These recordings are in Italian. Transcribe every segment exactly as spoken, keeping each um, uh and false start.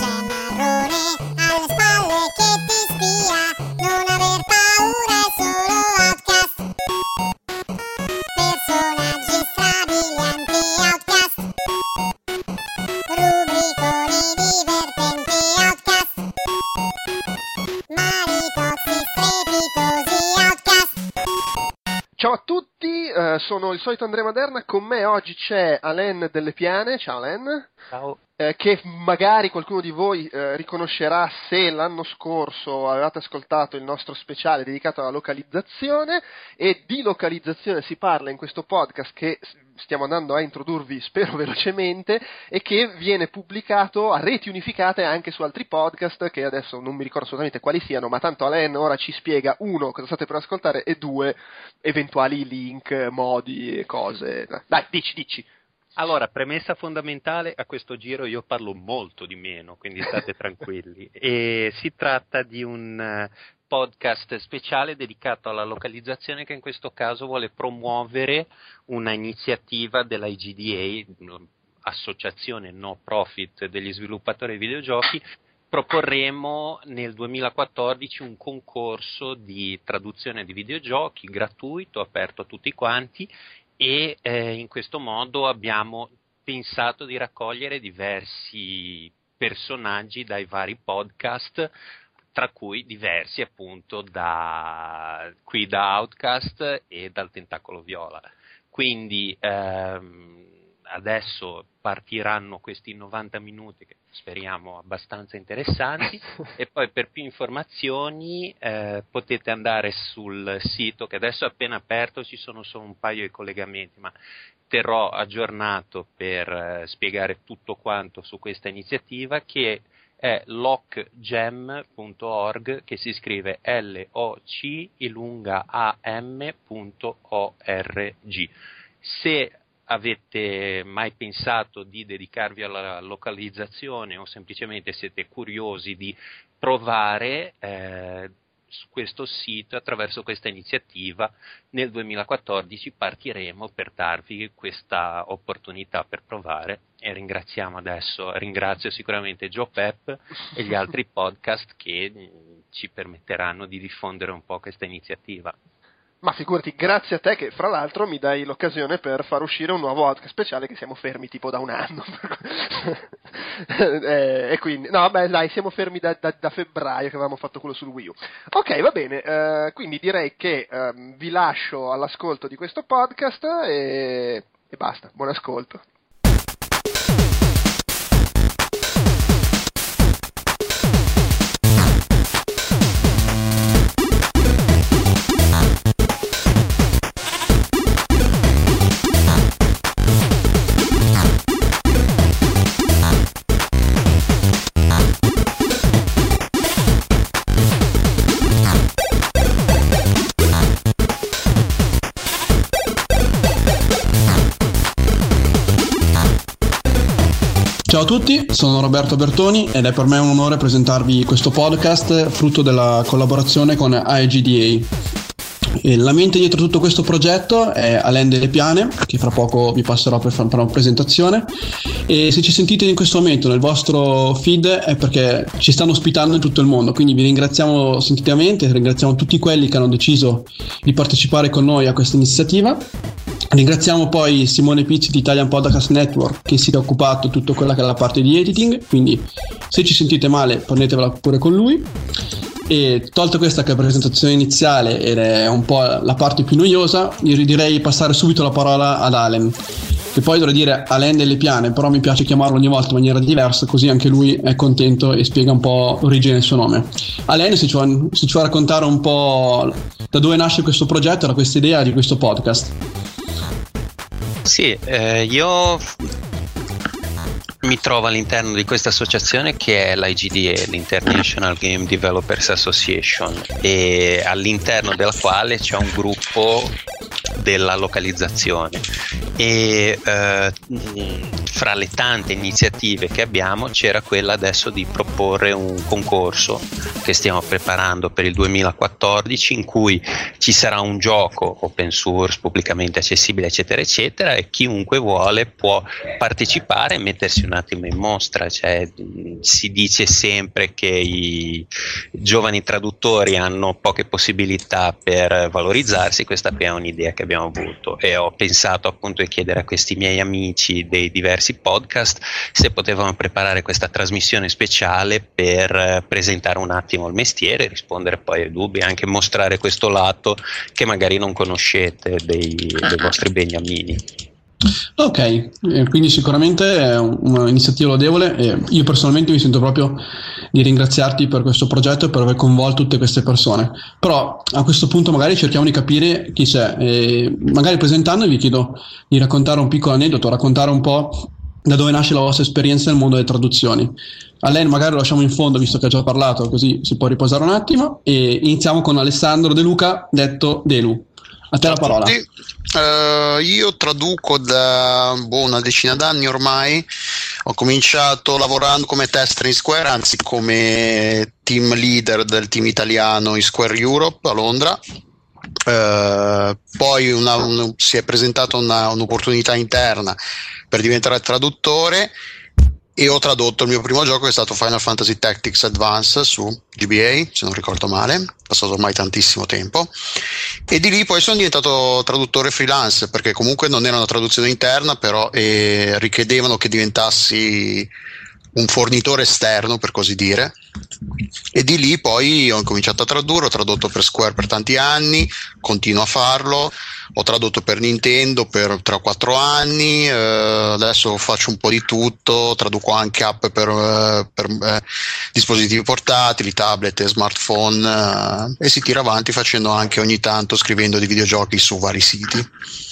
c'è marrone alle spalle che ti spia, non aver paura, è solo Outcast. Personaggi strabilianti, Outcast. Rubriconi divertenti, Outcast. Maritozzi strepitosi, Outcast. Ciao a tutti, eh, sono il solito Andrea Maderna, con me oggi c'è Alain Delle Piane. Ciao Alain. Ciao. Eh, che magari qualcuno di voi eh, riconoscerà se l'anno scorso avevate ascoltato il nostro speciale dedicato alla localizzazione, e di localizzazione si parla in questo podcast che stiamo andando a introdurvi, spero velocemente, e che viene pubblicato a reti unificate anche su altri podcast che adesso non mi ricordo assolutamente quali siano, ma tanto Alain ora ci spiega, uno, cosa state per ascoltare, e due, eventuali link, modi e cose. Dai, dici, dici. Allora, premessa fondamentale, a questo giro io parlo molto di meno, quindi state tranquilli. E si tratta di un podcast speciale dedicato alla localizzazione, che in questo caso vuole promuovere una iniziativa dell'I G D A, associazione no profit degli sviluppatori di videogiochi. Proporremo nel duemilaquattordici un concorso di traduzione di videogiochi gratuito, aperto a tutti quanti, e eh, in questo modo abbiamo pensato di raccogliere diversi personaggi dai vari podcast, tra cui diversi appunto da qui da Outcast e dal Tentacolo Viola. Quindi ehm, adesso partiranno questi novanta minuti che speriamo abbastanza interessanti e poi per più informazioni eh, potete andare sul sito, che adesso è appena aperto, ci sono solo un paio di collegamenti, ma terrò aggiornato per eh, spiegare tutto quanto su questa iniziativa, che è lockgem punto org, che si scrive L O C I lunga A M punto O R G. Se avete mai pensato di dedicarvi alla localizzazione o semplicemente siete curiosi di provare eh, su questo sito, attraverso questa iniziativa, nel duemilaquattordici partiremo per darvi questa opportunità per provare, e ringraziamo adesso, ringrazio sicuramente Joe Pep e gli altri podcast che ci permetteranno di diffondere un po' questa iniziativa. Ma figurati, grazie a te che fra l'altro mi dai l'occasione per far uscire un nuovo podcast speciale, che siamo fermi tipo da un anno. e, e quindi, no beh dai, siamo fermi da, da, da febbraio che avevamo fatto quello sul Wii U. Ok, va bene, eh, quindi direi che eh, vi lascio all'ascolto di questo podcast e, e basta, buon ascolto. Ciao a tutti, sono Roberto Bertoni ed è per me un onore presentarvi questo podcast frutto della collaborazione con I G D A. E la mente dietro tutto questo progetto è Alain Delle Piane, che fra poco vi passerò per fare una presentazione, e se ci sentite in questo momento nel vostro feed è perché ci stanno ospitando in tutto il mondo, quindi vi ringraziamo sentitamente, ringraziamo tutti quelli che hanno deciso di partecipare con noi a questa iniziativa. Ringraziamo poi Simone Pizzi di Italian Podcast Network, che si è occupato di tutto quella che è la parte di editing, quindi se ci sentite male prendetevela pure con lui. E tolta questa che è la presentazione iniziale ed è un po' la parte più noiosa, io direi passare subito la parola ad Alain, che poi dovrei dire Alain Delle Piane, però mi piace chiamarlo ogni volta in maniera diversa, così anche lui è contento e spiega un po' l'origine del suo nome. Alain, se ci vuoi, se ci vuoi raccontare un po' da dove nasce questo progetto, da questa idea di questo podcast. Sì, eh, io mi trovo all'interno di questa associazione che è l'I G D A, l'International Game Developers Association, e all'interno della quale c'è un gruppo della localizzazione. e eh, fra le tante iniziative che abbiamo c'era quella adesso di proporre un concorso che stiamo preparando per il duemilaquattordici, in cui ci sarà un gioco open source pubblicamente accessibile eccetera eccetera, e chiunque vuole può partecipare e mettersi un attimo in mostra. Cioè, si dice sempre che i giovani traduttori hanno poche possibilità per valorizzarsi. Questa è un'idea che abbiamo avuto e ho pensato appunto di chiedere a questi miei amici dei diversi podcast se potevano preparare questa trasmissione speciale per presentare un attimo il mestiere, rispondere poi ai dubbi, anche mostrare questo lato che magari non conoscete dei, dei vostri beniamini. Ok, eh, quindi sicuramente è un'iniziativa lodevole e io personalmente mi sento proprio di ringraziarti per questo progetto e per aver coinvolto tutte queste persone. Però a questo punto magari cerchiamo di capire chi c'è e magari presentando vi chiedo di raccontare un piccolo aneddoto, raccontare un po' da dove nasce la vostra esperienza nel mondo delle traduzioni. A lei magari lo lasciamo in fondo visto che ha già parlato, così si può riposare un attimo, e iniziamo con Alessandro De Luca, detto Delu. A te la parola. Uh, io traduco da boh, una decina d'anni ormai. Ho cominciato lavorando come tester in Square, anzi come team leader del team italiano in Square Europe a Londra. Uh, poi una, un, si è presentata una, un'opportunità interna per diventare traduttore e ho tradotto il mio primo gioco, che è stato Final Fantasy Tactics Advance su G B A, se non ricordo male, è passato ormai tantissimo tempo, e di lì poi sono diventato traduttore freelance, perché comunque non era una traduzione interna, però eh, richiedevano che diventassi un fornitore esterno, per così dire, e di lì poi ho incominciato a tradurre. Ho tradotto per Square per tanti anni, continuo a farlo, ho tradotto per Nintendo per tre o quattro anni, eh, adesso faccio un po' di tutto, traduco anche app per, eh, per eh, dispositivi portatili, tablet e smartphone, eh, e si tira avanti facendo anche ogni tanto, scrivendo di videogiochi su vari siti.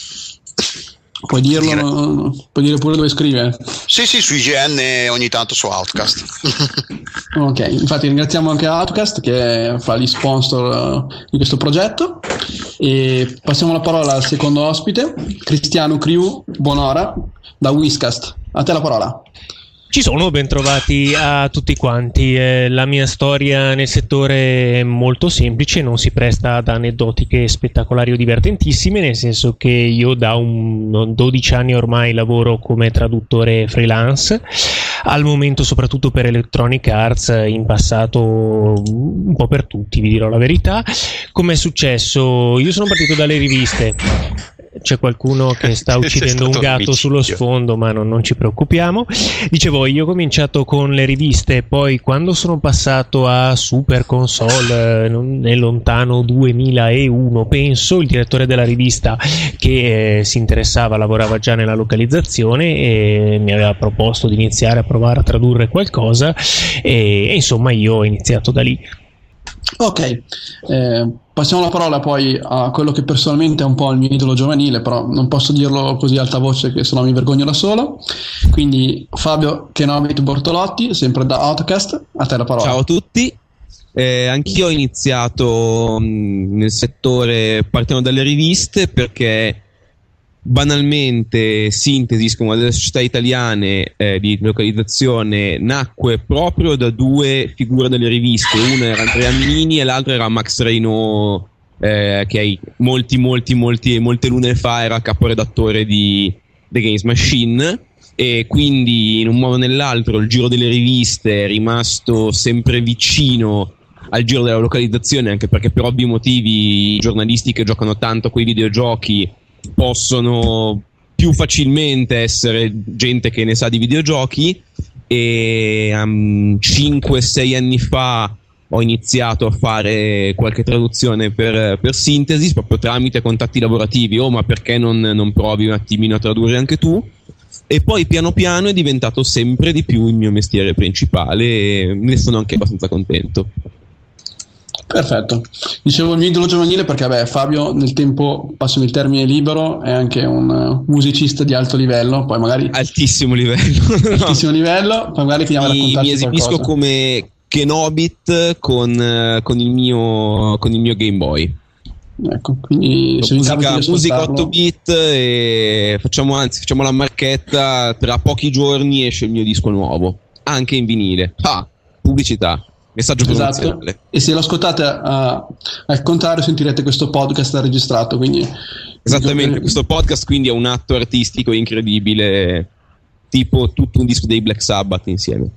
Puoi dirlo, puoi dire pure dove scrive? Sì, sì, su I G N e ogni tanto su Outcast. Ok, infatti ringraziamo anche Outcast che fa gli sponsor uh, di questo progetto, e passiamo la parola al secondo ospite, Cristiano Criu Bonora da Whiskast. A te la parola. Ci sono, ben trovati a tutti quanti. Eh, la mia storia nel settore è molto semplice, non si presta ad aneddotiche spettacolari o divertentissime, nel senso che io da un, dodici anni ormai lavoro come traduttore freelance, al momento soprattutto per Electronic Arts, in passato un po' per tutti, vi dirò la verità. Come è successo? Io sono partito dalle riviste. C'è qualcuno che sta uccidendo un gatto sullo sfondo, ma non, non ci preoccupiamo. Dicevo, io ho cominciato con le riviste, poi quando sono passato a Super Console eh, nel lontano duemilauno, penso, il direttore della rivista che eh, si interessava, lavorava già nella localizzazione e mi aveva proposto di iniziare a provare a tradurre qualcosa, e, e insomma io ho iniziato da lì. Ok, eh, passiamo la parola poi a quello che personalmente è un po' il mio idolo giovanile, però non posso dirlo così a alta voce che sennò mi vergogno da solo. Quindi Fabio Kenovit Bortolotti, sempre da Outcast, a te la parola. Ciao a tutti, eh, anch'io ho iniziato mh, nel settore partendo dalle riviste, perché banalmente Synthesis, come delle società italiane eh, di localizzazione, nacque proprio da due figure delle riviste. Una era Andrea Minini e l'altra era Max Reynaud, eh, che molti molti molti molte lune fa era caporedattore di The Games Machine, e quindi in un modo o nell'altro il giro delle riviste è rimasto sempre vicino al giro della localizzazione, anche perché per ovvi motivi i giornalisti che giocano tanto coi videogiochi possono più facilmente essere gente che ne sa di videogiochi. E um, cinque sei anni fa ho iniziato a fare qualche traduzione per, per Synthesis, proprio tramite contatti lavorativi. Oh, ma perché non, non provi un attimino a tradurre anche tu? E poi piano piano è diventato sempre di più il mio mestiere principale e ne sono anche abbastanza contento. Perfetto. Dicevo il mio idolo giovanile perché beh, Fabio, nel tempo, passami il termine libero, è anche un uh, musicista di alto livello, poi magari altissimo livello altissimo no. livello, poi magari finiamo a raccontarci mi esibisco qualcosa. Come Kenobit con, uh, con, il mio, con il mio Game Boy. Ecco, quindi se musica, vi musica otto bit e facciamo, anzi, facciamo la marchetta, tra pochi giorni esce il mio disco nuovo, anche in vinile. Ah, pubblicità, messaggio promozionale. Esatto. E se lo ascoltate a, al contrario sentirete questo podcast registrato, quindi esattamente, dico, questo podcast quindi è un atto artistico incredibile, tipo tutto un disco dei Black Sabbath insieme.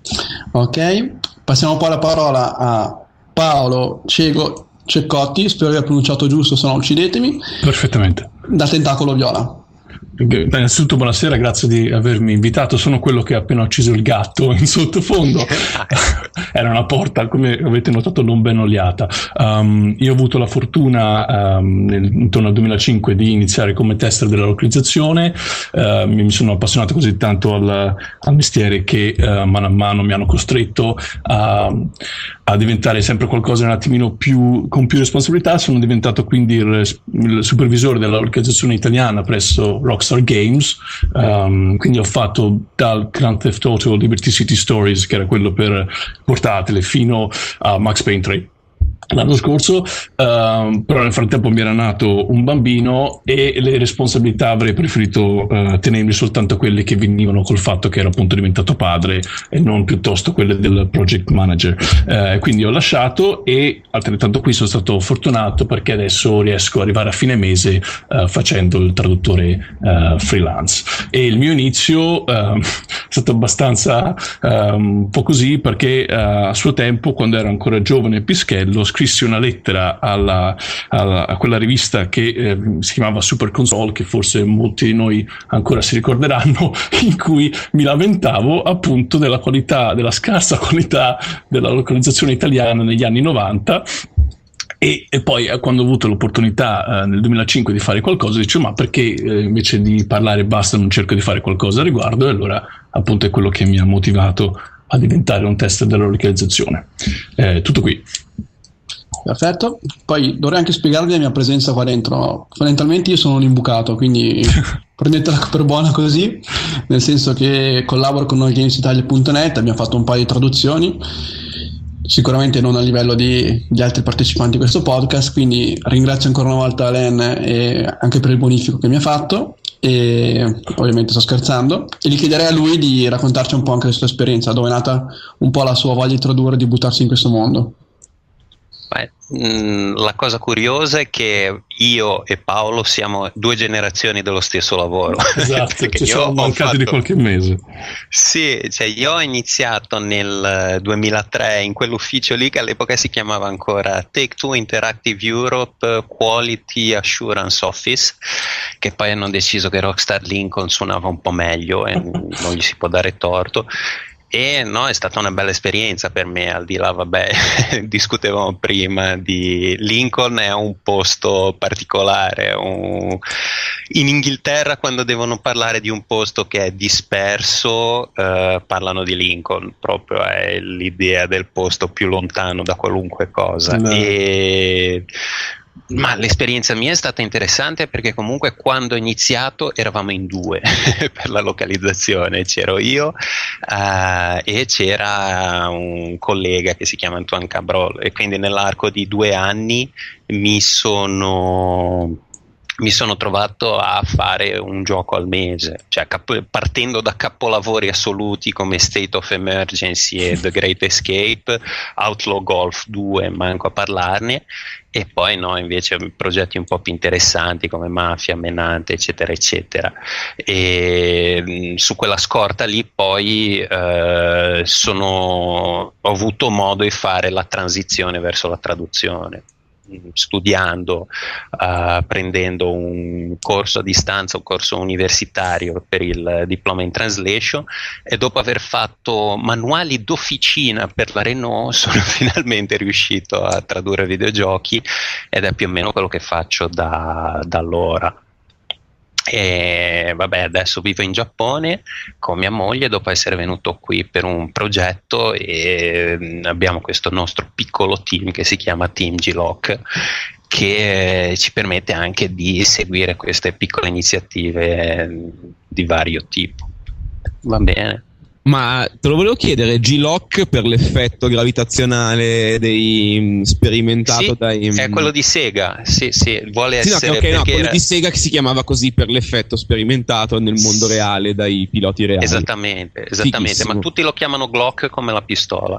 Ok, passiamo poi la parola a Paolo Cego Ceccotti, spero di aver pronunciato giusto, se no uccidetemi. Perfettamente. Da Tentacolo Viola. Innanzitutto buonasera, grazie di avermi invitato. Sono quello che ha appena ucciso il gatto in sottofondo. Era una porta, come avete notato, non ben oliata. Um, io ho avuto la fortuna um, nel, intorno al duemilacinque di iniziare come tester della localizzazione. Uh, mi sono appassionato così tanto al, al mestiere che uh, mano a mano mi hanno costretto a, a diventare sempre qualcosa un attimino più con più responsabilità. Sono diventato quindi il, il supervisore della localizzazione italiana presso Rockstar Games, um, quindi ho fatto dal Grand Theft Auto Liberty City Stories, che era quello per portatile, fino a Max Payne tre l'anno scorso, uh, però nel frattempo mi era nato un bambino e le responsabilità avrei preferito uh, tenermi soltanto quelle che venivano col fatto che ero appunto diventato padre e non piuttosto quelle del project manager. Uh, quindi ho lasciato, e altrettanto qui sono stato fortunato perché adesso riesco ad arrivare a fine mese uh, facendo il traduttore uh, freelance. E il mio inizio uh, è stato abbastanza uh, un po' così, perché uh, a suo tempo, quando ero ancora giovane e pischello, scrissi una lettera alla, alla, a quella rivista che eh, si chiamava Super Console, che forse molti di noi ancora si ricorderanno, in cui mi lamentavo appunto della qualità, della scarsa qualità della localizzazione italiana negli anni novanta. E, e poi quando ho avuto l'opportunità eh, nel duemilacinque di fare qualcosa, dicevo: ma perché eh, invece di parlare e basta non cerco di fare qualcosa a riguardo? E allora appunto è quello che mi ha motivato a diventare un tester della localizzazione. Eh, tutto qui. Perfetto, poi dovrei anche spiegarvi la mia presenza qua dentro. Fondamentalmente io sono un imbucato, quindi prendetela per buona così, nel senso che collaboro con allgamesitalia punto net, abbiamo fatto un paio di traduzioni, sicuramente non a livello di, di altri partecipanti a questo podcast, quindi ringrazio ancora una volta Len e anche per il bonifico che mi ha fatto, e ovviamente sto scherzando, e gli chiederei a lui di raccontarci un po' anche la sua esperienza, dove è nata un po' la sua voglia di tradurre, di buttarsi in questo mondo. Beh, mh, la cosa curiosa è che io e Paolo siamo due generazioni dello stesso lavoro. Esatto, ci siamo mancati fatto... di qualche mese. Sì, cioè io ho iniziato nel duemilatré in quell'ufficio lì che all'epoca si chiamava ancora Take-Two Interactive Europe Quality Assurance Office, che poi hanno deciso che Rockstar Lincoln suonava un po' meglio e non gli si può dare torto. E no, è stata una bella esperienza per me, al di là, vabbè, discutevamo prima di Lincoln, è un posto particolare, un... in Inghilterra quando devono parlare di un posto che è disperso eh, parlano di Lincoln, proprio è l'idea del posto più lontano da qualunque cosa. No. E... ma l'esperienza mia è stata interessante perché comunque quando ho iniziato eravamo in due per la localizzazione, c'ero io uh, e c'era un collega che si chiama Antoine Cabrol, e quindi nell'arco di due anni mi sono mi sono trovato a fare un gioco al mese, cioè cap- partendo da capolavori assoluti come State of Emergency e The Great Escape, Outlaw Golf due, manco a parlarne, e poi no, invece progetti un po' più interessanti come Mafia, Menante, eccetera eccetera. E mh, su quella scorta lì poi eh, sono ho avuto modo di fare la transizione verso la traduzione, studiando, uh, prendendo un corso a distanza, un corso universitario per il diploma in translation, e dopo aver fatto manuali d'officina per la Renault sono finalmente riuscito a tradurre videogiochi, ed è più o meno quello che faccio da, da allora. E vabbè, adesso vivo in Giappone con mia moglie dopo essere venuto qui per un progetto, e abbiamo questo nostro piccolo team che si chiama Team G-Lock, che ci permette anche di seguire queste piccole iniziative di vario tipo. Va bene? Ma te lo volevo chiedere, G-Lock per l'effetto gravitazionale dei sperimentato sì, dai... è quello di Sega, sì, sì, vuole sì, essere... No, okay, no, quello era... di Sega che si chiamava così per l'effetto sperimentato nel mondo reale dai piloti reali. Esattamente, esattamente, Fighissimo. Ma tutti lo chiamano Glock come la pistola.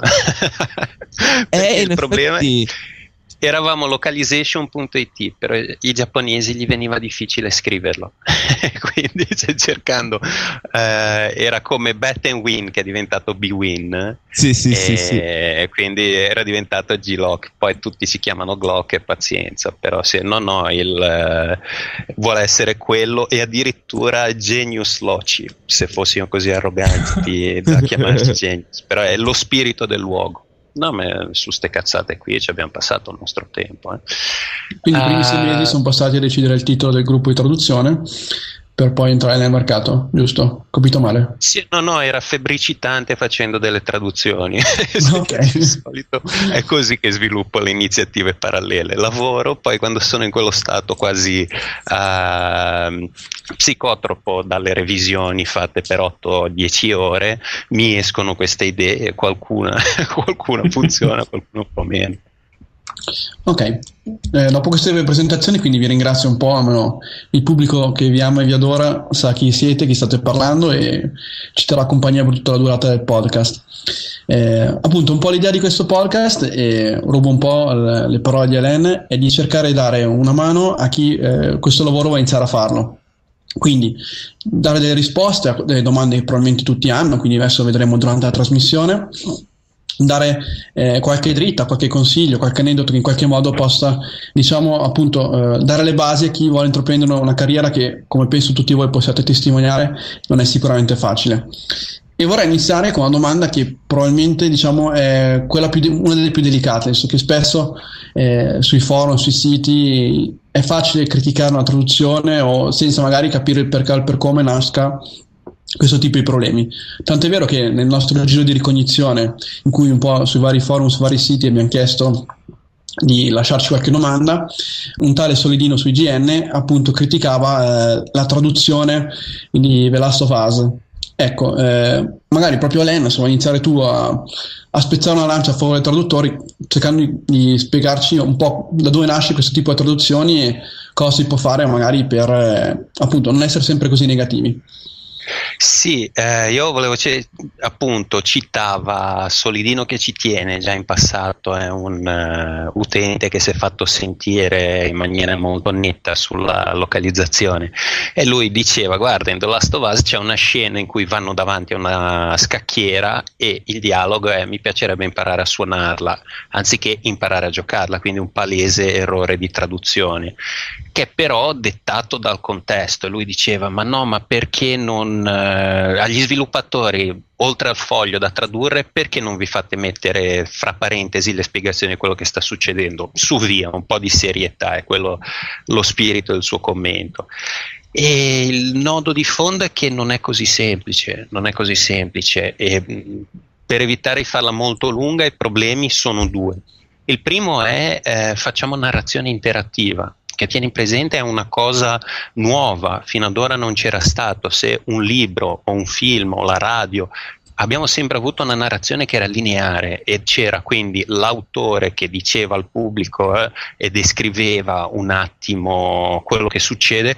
eh, il problema effetti... è... Eravamo localization punto it, però i giapponesi gli veniva difficile scriverlo, quindi cercando eh, era come Bet and Win che è diventato B-Win, sì, sì, e sì, sì. quindi era diventato G-Lock, poi tutti si chiamano Glock e pazienza, però se no no, il, eh, vuole essere quello e addirittura Genius Loci, se fossimo così arroganti da chiamarci Genius, però è lo spirito del luogo. No, ma su ste cazzate qui ci abbiamo passato il nostro tempo. Eh. Quindi i primi uh, sei mesi sono passati a decidere il titolo del gruppo di traduzione per poi entrare nel mercato, giusto? Capito male? Sì, no, no, era febbricitante facendo delle traduzioni. Okay. Di solito è così che sviluppo le iniziative parallele. Lavoro, poi quando sono in quello stato quasi uh, psicotropo dalle revisioni fatte per otto dieci ore, mi escono queste idee, qualcuna, qualcuna funziona, qualcuna un po' meno. Ok, eh, dopo queste presentazioni quindi vi ringrazio un po', almeno il pubblico che vi ama e vi adora sa chi siete, chi state parlando e ci terrà compagnia per tutta la durata del podcast. Eh, appunto un po' l'idea di questo podcast, e rubo un po' le, le parole di Alain, è di cercare di dare una mano a chi eh, questo lavoro va a iniziare a farlo. Quindi dare delle risposte a delle domande che probabilmente tutti hanno, quindi adesso vedremo durante la trasmissione, dare eh, qualche dritta, qualche consiglio, qualche aneddoto che in qualche modo possa, diciamo, appunto eh, dare le basi a chi vuole intraprendere una carriera che, come penso tutti voi possiate testimoniare, non è sicuramente facile. E vorrei iniziare con una domanda che probabilmente, diciamo, è quella più de- una delle più delicate, nel senso che spesso eh, sui forum, sui siti è facile criticare una traduzione o senza magari capire il perché o il per come nasca questo tipo di problemi. Tant'è vero che nel nostro giro di ricognizione, in cui un po' sui vari forum, su vari siti abbiamo chiesto di lasciarci qualche domanda, un tale Solidino su I G N appunto criticava eh, la traduzione di The Last of Us. Ecco, eh, magari proprio Len, insomma, iniziare tu a, a spezzare una lancia a favore dei traduttori, cercando di, di spiegarci un po' da dove nasce questo tipo di traduzioni e cosa si può fare magari per eh, appunto non essere sempre così negativi. Sì, eh, io volevo, c- appunto, citava Solidino che ci tiene già in passato, è un uh, utente che si è fatto sentire in maniera molto netta sulla localizzazione, e lui diceva: guarda, in The Last of Us c'è una scena in cui vanno davanti a una scacchiera e il dialogo è: mi piacerebbe imparare a suonarla anziché imparare a giocarla, quindi un palese errore di traduzione, che però dettato dal contesto. E lui diceva: ma no, ma perché non eh, agli sviluppatori, oltre al foglio da tradurre, perché non vi fate mettere fra parentesi le spiegazioni di quello che sta succedendo? Su, via, un po' di serietà, è quello lo spirito del suo commento. E il nodo di fondo è che non è così semplice, non è così semplice, e mh, per evitare di farla molto lunga i problemi sono due. Il primo è eh, facciamo narrazione interattiva, che tieni presente è una cosa nuova, fino ad ora non c'era stato. Se un libro o un film o la radio, abbiamo sempre avuto una narrazione che era lineare e c'era quindi l'autore che diceva al pubblico eh, e descriveva un attimo quello che succede.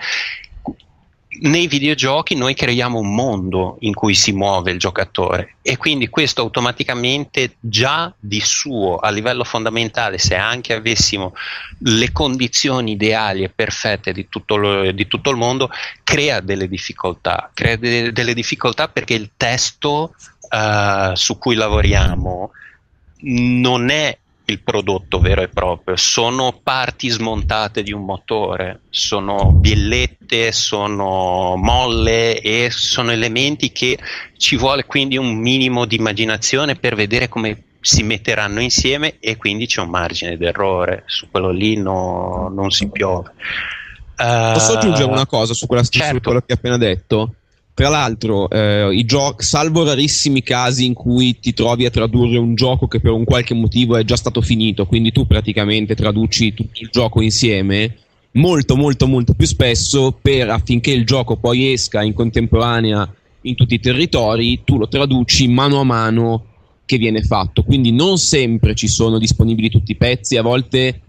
Nei videogiochi noi creiamo un mondo in cui si muove il giocatore, e quindi questo automaticamente già di suo, a livello fondamentale, se anche avessimo le condizioni ideali e perfette di tutto, lo, di tutto il mondo, crea delle difficoltà, crea de, delle difficoltà perché il testo uh, su cui lavoriamo non è il prodotto vero e proprio, sono parti smontate di un motore, sono biellette, sono molle e sono elementi che ci vuole quindi un minimo di immaginazione per vedere come si metteranno insieme, e quindi c'è un margine d'errore, su quello lì no, non si piove. Uh, Posso aggiungere una cosa su, quella, certo. su quello che hai appena detto? Tra l'altro, eh, i giochi, salvo rarissimi casi in cui ti trovi a tradurre un gioco che per un qualche motivo è già stato finito, quindi tu praticamente traduci tutto il gioco insieme, molto molto molto più spesso, per affinché il gioco poi esca in contemporanea in tutti i territori, tu lo traduci mano a mano che viene fatto, quindi non sempre ci sono disponibili tutti i pezzi, a volte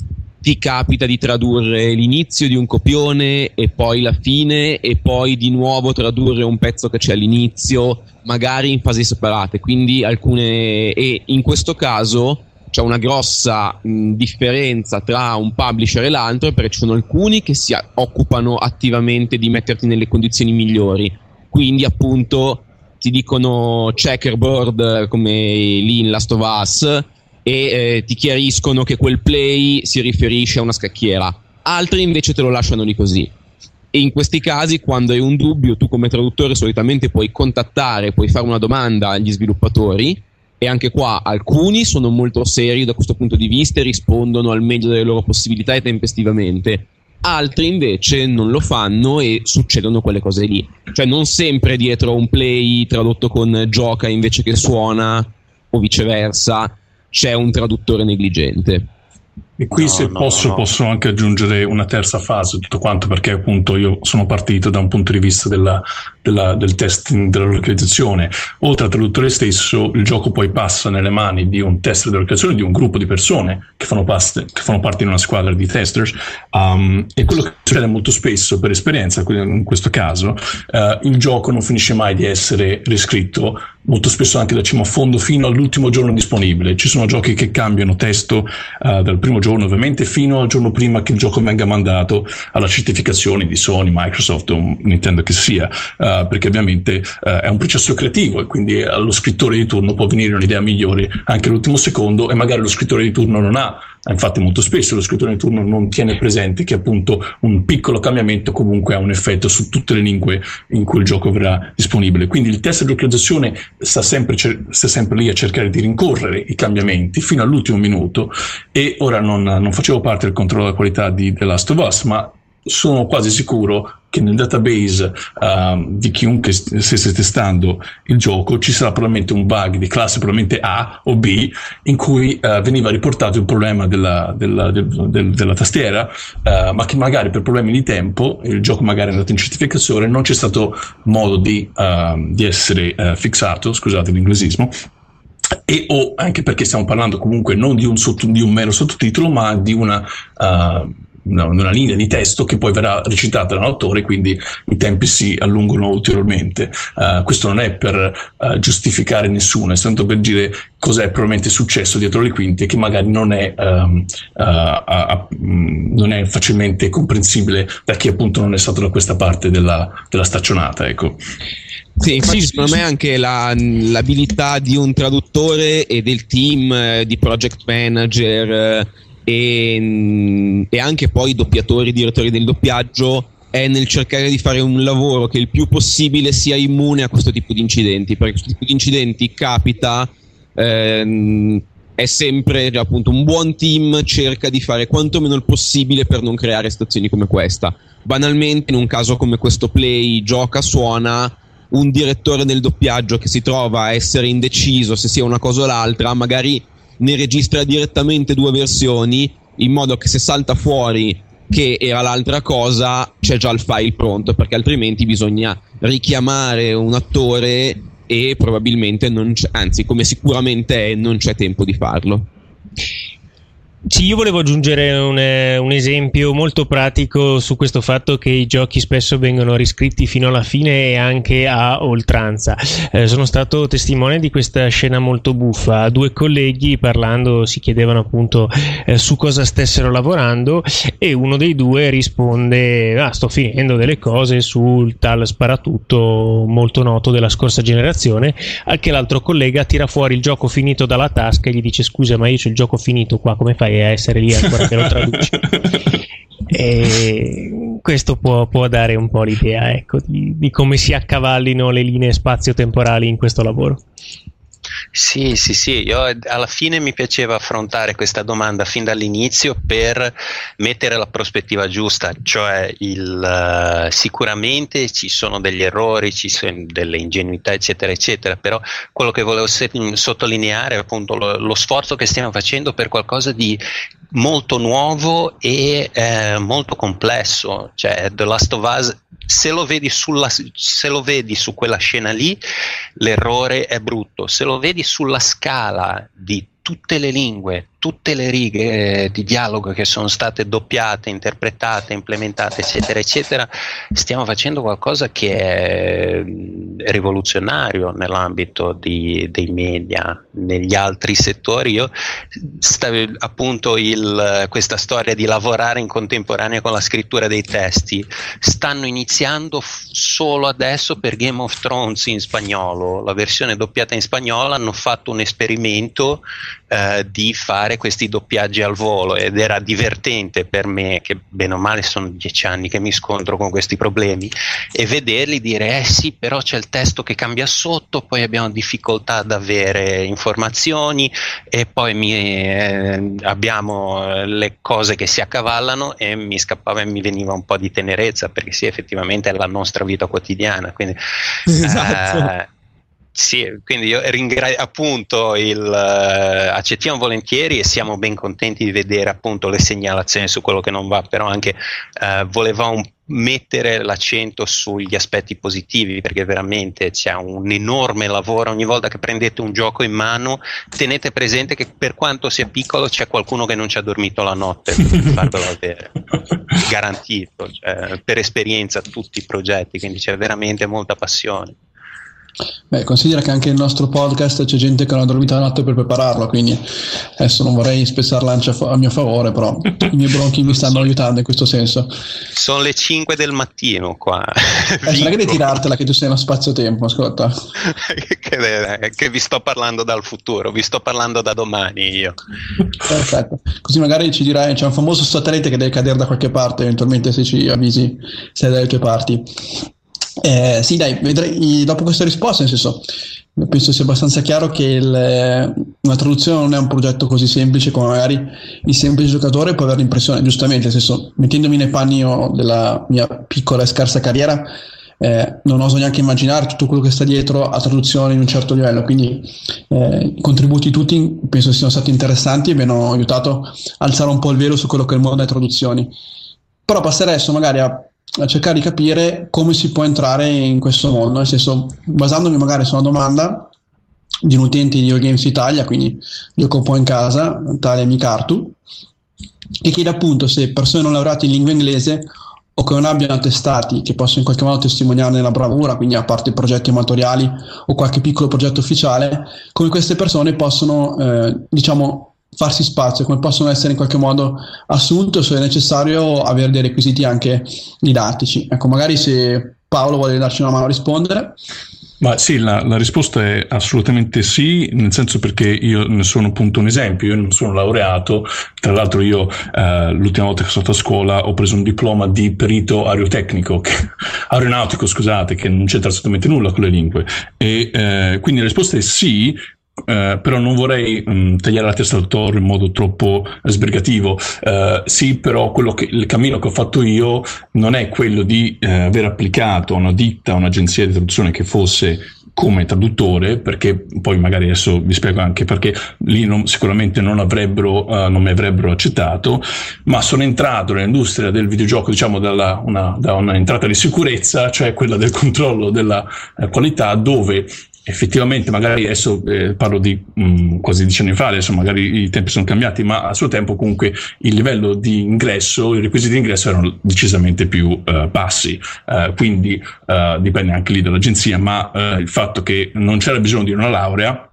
ti capita di tradurre l'inizio di un copione e poi la fine e poi di nuovo tradurre un pezzo che c'è all'inizio, magari in fasi separate, quindi alcune, e in questo caso c'è una grossa mh, differenza tra un publisher e l'altro, perché ci sono alcuni che si occupano attivamente di metterti nelle condizioni migliori, quindi appunto ti dicono checkerboard come lì in Last of Us e eh, ti chiariscono che quel play si riferisce a una scacchiera, altri invece te lo lasciano lì così. E in questi casi, quando hai un dubbio, tu come traduttore solitamente puoi contattare, puoi fare una domanda agli sviluppatori, e anche qua alcuni sono molto seri da questo punto di vista e rispondono al meglio delle loro possibilità e tempestivamente, altri invece non lo fanno e succedono quelle cose lì. Cioè non sempre dietro un play tradotto con gioca invece che suona o viceversa c'è un traduttore negligente. E qui No, se no, posso, no. posso anche aggiungere una terza fase, tutto quanto, perché appunto io sono partito da un punto di vista della, della, del testing, della localizzazione. Oltre al traduttore stesso, il gioco poi passa nelle mani di un tester di localizzazione, di un gruppo di persone che fanno, paste, che fanno parte di una squadra di testers, um, e quello che succede molto spesso, per esperienza in questo caso, uh, il gioco non finisce mai di essere riscritto, molto spesso anche da cima a fondo fino all'ultimo giorno disponibile. Ci sono giochi che cambiano testo uh, dal primo giorno ovviamente fino al giorno prima che il gioco venga mandato alla certificazione di Sony, Microsoft o Nintendo che sia, uh, perché ovviamente uh, è un processo creativo e quindi allo scrittore di turno può venire un'idea migliore anche all'ultimo secondo, e magari lo scrittore di turno non ha, infatti molto spesso lo scrittore di turno non tiene presente che appunto un piccolo cambiamento comunque ha un effetto su tutte le lingue in cui il gioco verrà disponibile. Quindi il test di localizzazione sta sempre, sta sempre lì a cercare di rincorrere i cambiamenti fino all'ultimo minuto. E ora non, non facevo parte del controllo della qualità di The Last of Us, ma sono quasi sicuro che nel database uh, di chiunque stesse testando il gioco ci sarà probabilmente un bug di classe probabilmente A o B in cui uh, veniva riportato il problema della, della, del, del, della tastiera, uh, ma che magari per problemi di tempo il gioco magari è andato in certificazione, non c'è stato modo di, uh, di essere uh, fissato, scusate l'inglesismo, e o anche perché stiamo parlando comunque non di un, sotto, di un mero sottotitolo, ma di una, uh, una, una linea di testo che poi verrà recitata dall'autore, quindi i tempi si allungano ulteriormente. Uh, questo non è per uh, giustificare nessuno, è soltanto per dire cos'è probabilmente successo dietro le quinte, che magari non è, um, uh, uh, uh, non è facilmente comprensibile da chi appunto non è stato da questa parte della, della staccionata, ecco. Sì, infatti secondo me anche la, l'abilità di un traduttore e del team eh, di project manager eh, e, e anche poi i doppiatori, i direttori del doppiaggio è nel cercare di fare un lavoro che il più possibile sia immune a questo tipo di incidenti, perché questo tipo di incidenti capita, ehm, è sempre appunto un buon team cerca di fare quanto meno il possibile per non creare situazioni come questa. Banalmente in un caso come questo play gioca suona, un direttore del doppiaggio che si trova a essere indeciso se sia una cosa o l'altra, magari ne registra direttamente due versioni, in modo che se salta fuori che era l'altra cosa c'è già il file pronto, perché altrimenti bisogna richiamare un attore e probabilmente non c'è, anzi come sicuramente è, non c'è tempo di farlo. Sì, io volevo aggiungere un, eh, un esempio molto pratico su questo fatto che i giochi spesso vengono riscritti fino alla fine e anche a oltranza. Eh, sono stato testimone di questa scena molto buffa. Due colleghi parlando si chiedevano appunto eh, su cosa stessero lavorando e uno dei due risponde: ah, sto finendo delle cose sul tal sparatutto molto noto della scorsa generazione, al che l'altro collega tira fuori il gioco finito dalla tasca e gli dice: scusa, ma io c'ho il gioco finito qua, come fai a essere lì ancora che lo traduci? E questo può, può dare un po' l'idea, ecco, di, di come si accavallino le linee spazio-temporali in questo lavoro. Sì, sì, sì, io alla fine mi piaceva affrontare questa domanda fin dall'inizio per mettere la prospettiva giusta, cioè il, uh, sicuramente ci sono degli errori, ci sono delle ingenuità eccetera eccetera, però quello che volevo se- sottolineare è appunto lo, lo sforzo che stiamo facendo per qualcosa di molto nuovo e eh, molto complesso, cioè The Last of Us, se lo vedi sulla, se lo vedi su quella scena lì l'errore è brutto, se lo vedi sulla scala di tutte le lingue, tutte le righe di dialogo che sono state doppiate, interpretate, implementate eccetera eccetera, stiamo facendo qualcosa che è rivoluzionario nell'ambito di, dei media. Negli altri settori io stavo, appunto il, questa storia di lavorare in contemporanea con la scrittura dei testi stanno iniziando f- solo adesso per Game of Thrones in spagnolo, la versione doppiata in spagnolo. Hanno fatto un esperimento eh, di fare questi doppiaggi al volo ed era divertente per me, che bene o male sono dieci anni che mi scontro con questi problemi, e vederli dire eh sì, però c'è il testo che cambia sotto, poi abbiamo difficoltà ad avere informazioni e poi mi, eh, abbiamo le cose che si accavallano, e mi scappava e mi veniva un po' di tenerezza, perché sì, effettivamente è la nostra vita quotidiana, quindi esatto. eh, sì, quindi io ringrazio appunto il uh, accettiamo volentieri e siamo ben contenti di vedere appunto le segnalazioni su quello che non va, però anche uh, volevamo mettere l'accento sugli aspetti positivi, perché veramente c'è un enorme lavoro. Ogni volta che prendete un gioco in mano tenete presente che per quanto sia piccolo c'è qualcuno che non ci ha dormito la notte per farvelo avere, garantito, cioè, per esperienza tutti i progetti, quindi c'è veramente molta passione. Beh, considera che anche nel nostro podcast c'è gente che non ha dormito la notte per prepararlo, quindi adesso non vorrei spezzare lancia a mio favore, però i miei bronchi mi stanno aiutando in questo senso. Sono le cinque del mattino qua. Eh, non è che devi tirartela che tu sei nello spazio-tempo, ascolta. che, che vi sto parlando dal futuro, vi sto parlando da domani io. Perfetto, così magari ci dirai, c'è un famoso satellite che deve cadere da qualche parte, eventualmente se ci avvisi sei dalle tue parti. Eh, sì, dai, vedrei dopo questa risposta, nel senso, penso sia abbastanza chiaro che il, una traduzione non è un progetto così semplice come magari il semplice giocatore può avere l'impressione, giustamente, nel senso, mettendomi nei panni io della mia piccola e scarsa carriera, eh, non oso neanche immaginare tutto quello che sta dietro a traduzione in un certo livello, quindi eh, i contributi tutti penso siano stati interessanti e mi hanno aiutato a alzare un po' il velo su quello che è il mondo delle traduzioni. Però passerei adesso magari a a cercare di capire come si può entrare in questo mondo, nel senso, basandomi magari su una domanda di un utente di Eurogames Italia, quindi gioco un po' in casa, tale Mikartu, che chiede appunto se persone non laureate in lingua inglese o che non abbiano attestati che possono in qualche modo testimoniarne la bravura, quindi a parte progetti amatoriali o qualche piccolo progetto ufficiale, come queste persone possono eh, diciamo farsi spazio, come possono essere in qualche modo assunte, o se è necessario avere dei requisiti anche didattici. Ecco, magari se Paolo vuole darci una mano a rispondere. Ma sì, la, la risposta è assolutamente sì, nel senso, perché io ne sono appunto un esempio. Io non sono laureato, tra l'altro io eh, l'ultima volta che sono stato a scuola ho preso un diploma di perito aerotecnico, che, aeronautico scusate, che non c'entra assolutamente nulla con le lingue, e eh, quindi la risposta è sì. Uh, però non vorrei um, tagliare la testa al toro in modo troppo sbrigativo. Uh, sì, però quello che, il cammino che ho fatto io non è quello di uh, aver applicato a una ditta, a un'agenzia di traduzione che fosse come traduttore, perché poi magari adesso vi spiego anche perché lì non, sicuramente non avrebbero uh, non mi avrebbero accettato, ma sono entrato nell'industria del videogioco, diciamo dalla una, da un'entrata di sicurezza, cioè quella del controllo della uh, qualità, dove effettivamente magari adesso eh, parlo di mh, quasi dieci anni fa, adesso magari i tempi sono cambiati, ma a suo tempo comunque il livello di ingresso, i requisiti di ingresso erano decisamente più uh, bassi, uh, quindi uh, dipende anche lì dall'agenzia, ma uh, il fatto che non c'era bisogno di una laurea,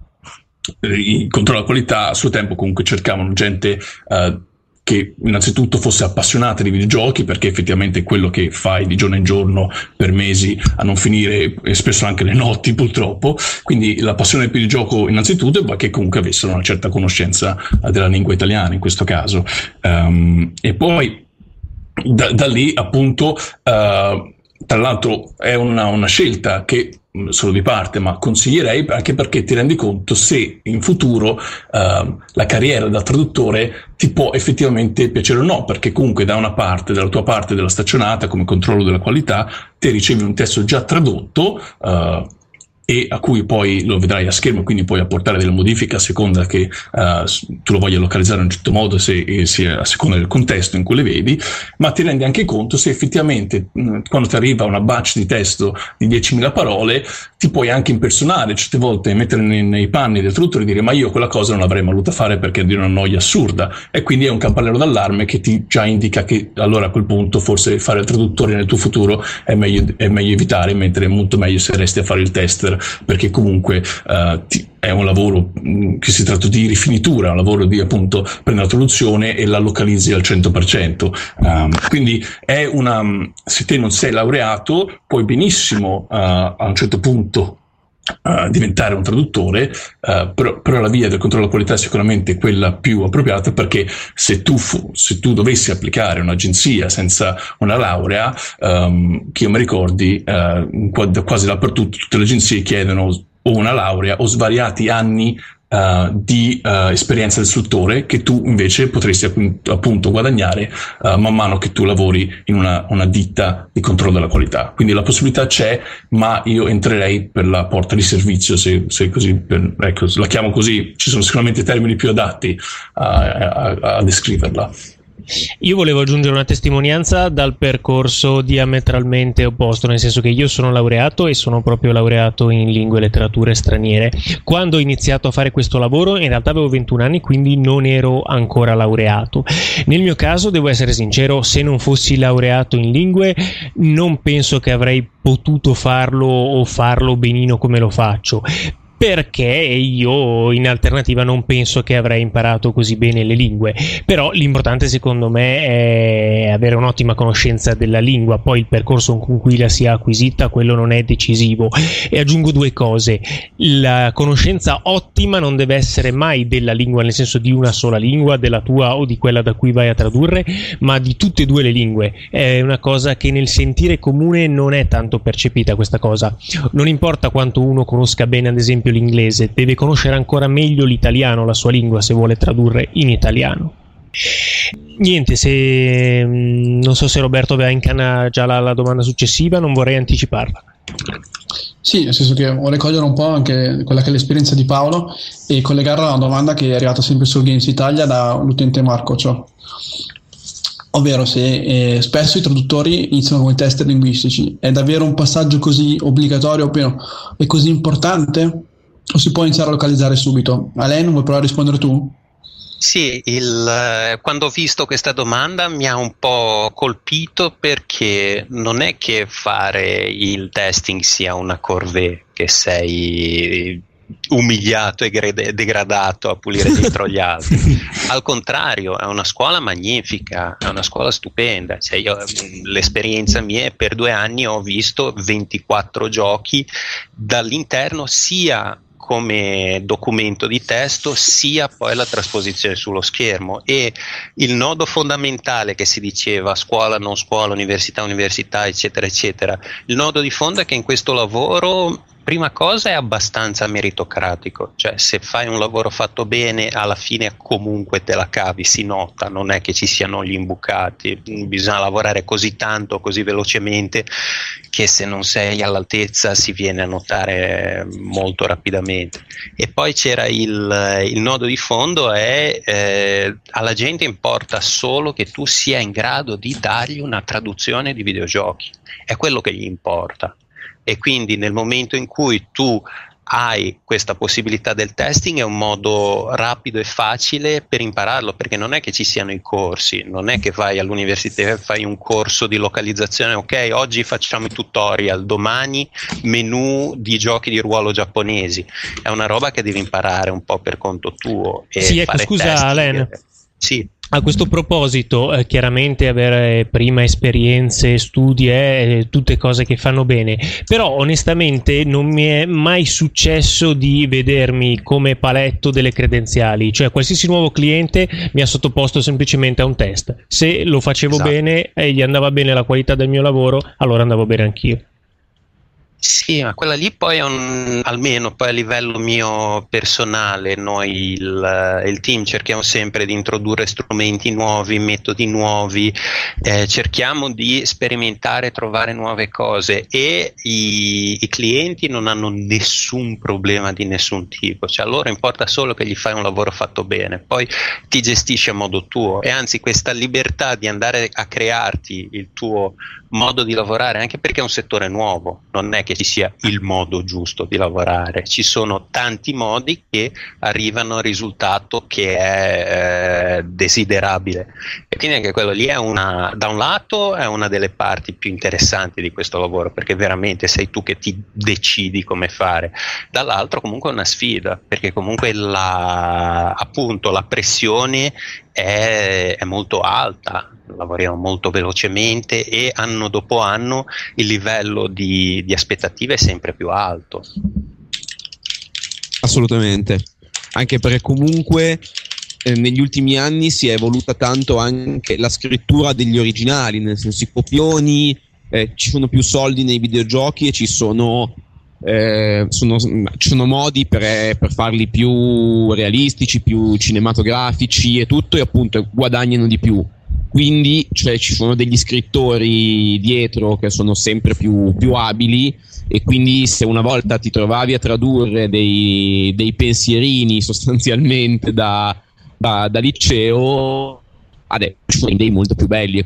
il controllo della qualità a suo tempo comunque cercavano gente uh, che innanzitutto fosse appassionata di videogiochi, perché effettivamente è quello che fai di giorno in giorno per mesi a non finire, e spesso anche le notti purtroppo, quindi la passione del videogioco innanzitutto, e poi che comunque avessero una certa conoscenza della lingua italiana in questo caso, um, e poi da, da lì appunto uh, tra l'altro è una, una scelta che solo di parte, ma consiglierei, anche perché ti rendi conto se in futuro uh, la carriera da traduttore ti può effettivamente piacere o no, perché comunque da una parte, dalla tua parte della staccionata come controllo della qualità, te ricevi un testo già tradotto uh, e a cui poi lo vedrai a schermo, quindi puoi apportare delle modifiche a seconda che uh, tu lo voglia localizzare in un certo modo, se, se a seconda del contesto in cui le vedi, ma ti rendi anche conto se effettivamente mh, quando ti arriva una batch di testo di diecimila parole ti puoi anche impersonare, certe volte mettere nei, nei panni del traduttore e dire ma io quella cosa non l'avrei voluta fare perché è di una noia assurda, e quindi è un campanello d'allarme che ti già indica che allora a quel punto forse fare il traduttore nel tuo futuro è meglio, è meglio evitare, mentre è molto meglio se resti a fare il tester, perché comunque uh, ti, è un lavoro mh, che si tratta di rifinitura, un lavoro di appunto prendere la traduzione e la localizzi al cento per cento. Um, quindi è una, se te non sei laureato puoi benissimo uh, a un certo punto Uh, diventare un traduttore, uh, però, però la via del controllo della qualità è sicuramente quella più appropriata, perché se tu, fu, se tu dovessi applicare un'agenzia senza una laurea, um, che io mi ricordi, uh, quasi dappertutto tutte le agenzie chiedono o una laurea o svariati anni Uh, di uh, esperienza del istruttore, che tu invece potresti appunto, appunto guadagnare uh, man mano che tu lavori in una, una ditta di controllo della qualità. Quindi la possibilità c'è, ma io entrerei per la porta di servizio, se, se così, per, ecco, la chiamo così, ci sono sicuramente termini più adatti a, a, a descriverla. Io volevo aggiungere una testimonianza dal percorso diametralmente opposto, nel senso che io sono laureato e sono proprio laureato in lingue e letterature straniere. Quando ho iniziato a fare questo lavoro in realtà avevo ventuno anni, quindi non ero ancora laureato. Nel mio caso, devo essere sincero, se non fossi laureato in lingue non penso che avrei potuto farlo o farlo benino come lo faccio, perché io in alternativa non penso che avrei imparato così bene le lingue. Però l'importante secondo me è avere un'ottima conoscenza della lingua, poi il percorso con cui la si è acquisita, quello non è decisivo. E aggiungo due cose: la conoscenza ottima non deve essere mai della lingua, nel senso di una sola lingua, della tua o di quella da cui vai a tradurre, ma di tutte e due le lingue. È una cosa che nel sentire comune non è tanto percepita, questa cosa. Non importa quanto uno conosca bene ad esempio l'inglese, deve conoscere ancora meglio l'italiano, la sua lingua, se vuole tradurre in italiano. Niente, se non so se Roberto aveva in canna già la, la domanda successiva, non vorrei anticiparla. Sì, nel senso che vorrei cogliere un po' anche quella che è l'esperienza di Paolo e collegarla a una domanda che è arrivata sempre su Games Italia dall'utente Marco Ciò. Ovvero se eh, spesso i traduttori iniziano come tester linguistici, è davvero un passaggio così obbligatorio, ovvero è così importante, o si può iniziare a localizzare subito? Alain, vuoi provare a rispondere tu? Sì, il, quando ho visto questa domanda mi ha un po' colpito, perché non è che fare il testing sia una corvée, che sei umiliato e degradato a pulire dietro gli altri. Al contrario, è una scuola magnifica, è una scuola stupenda. Cioè io, l'esperienza mia è per due anni ho visto ventiquattro giochi dall'interno, sia come documento di testo sia poi la trasposizione sullo schermo. E il nodo fondamentale che si diceva scuola, non scuola, università, università, eccetera eccetera, il nodo di fondo è che in questo lavoro prima cosa è abbastanza meritocratico, cioè se fai un lavoro fatto bene alla fine comunque te la cavi, si nota, non è che ci siano gli imbucati, bisogna lavorare così tanto, così velocemente, che se non sei all'altezza si viene a notare molto rapidamente. E poi c'era il, il nodo di fondo è eh, alla gente importa solo che tu sia in grado di dargli una traduzione di videogiochi, è quello che gli importa. E quindi nel momento in cui tu hai questa possibilità del testing è un modo rapido e facile per impararlo, perché non è che ci siano i corsi, non è che vai all'università e fai un corso di localizzazione, ok, oggi facciamo i tutorial, domani menu di giochi di ruolo giapponesi. È una roba che devi imparare un po' per conto tuo. E sì, ecco, fare scusa testing. Alain. Sì. A questo proposito, eh, chiaramente avere prima esperienze, studi, eh, tutte cose che fanno bene, però onestamente non mi è mai successo di vedermi come paletto delle credenziali, cioè qualsiasi nuovo cliente mi ha sottoposto semplicemente a un test. Se lo facevo Esatto. bene e gli andava bene la qualità del mio lavoro, allora andavo bene anch'io. Sì, ma quella lì poi è un, almeno poi a livello mio personale, noi il, il team cerchiamo sempre di introdurre strumenti nuovi, metodi nuovi, eh, cerchiamo di sperimentare, trovare nuove cose e i, i clienti non hanno nessun problema di nessun tipo, cioè a loro importa solo che gli fai un lavoro fatto bene, poi ti gestisci a modo tuo e anzi questa libertà di andare a crearti il tuo modo di lavorare, anche perché è un settore nuovo, non è che ci sia il modo giusto di lavorare, ci sono tanti modi che arrivano al risultato che è eh, desiderabile e quindi anche quello lì è una, da un lato è una delle parti più interessanti di questo lavoro perché veramente sei tu che ti decidi come fare, dall'altro comunque è una sfida perché comunque la, appunto la pressione è, è molto alta, lavoriamo molto velocemente e anno dopo anno il livello di, di aspettative è sempre più alto. Assolutamente, anche perché comunque eh, negli ultimi anni si è evoluta tanto anche la scrittura degli originali, nel senso i copioni, eh, ci sono più soldi nei videogiochi e ci sono Eh, sono, ci sono modi per, per farli più realistici, più cinematografici e tutto, e appunto guadagnano di più. Quindi cioè, ci sono degli scrittori dietro che sono sempre più, più abili, e quindi se una volta ti trovavi a tradurre dei, dei pensierini sostanzialmente da, da, da liceo, adesso ci sono dei molto più belli.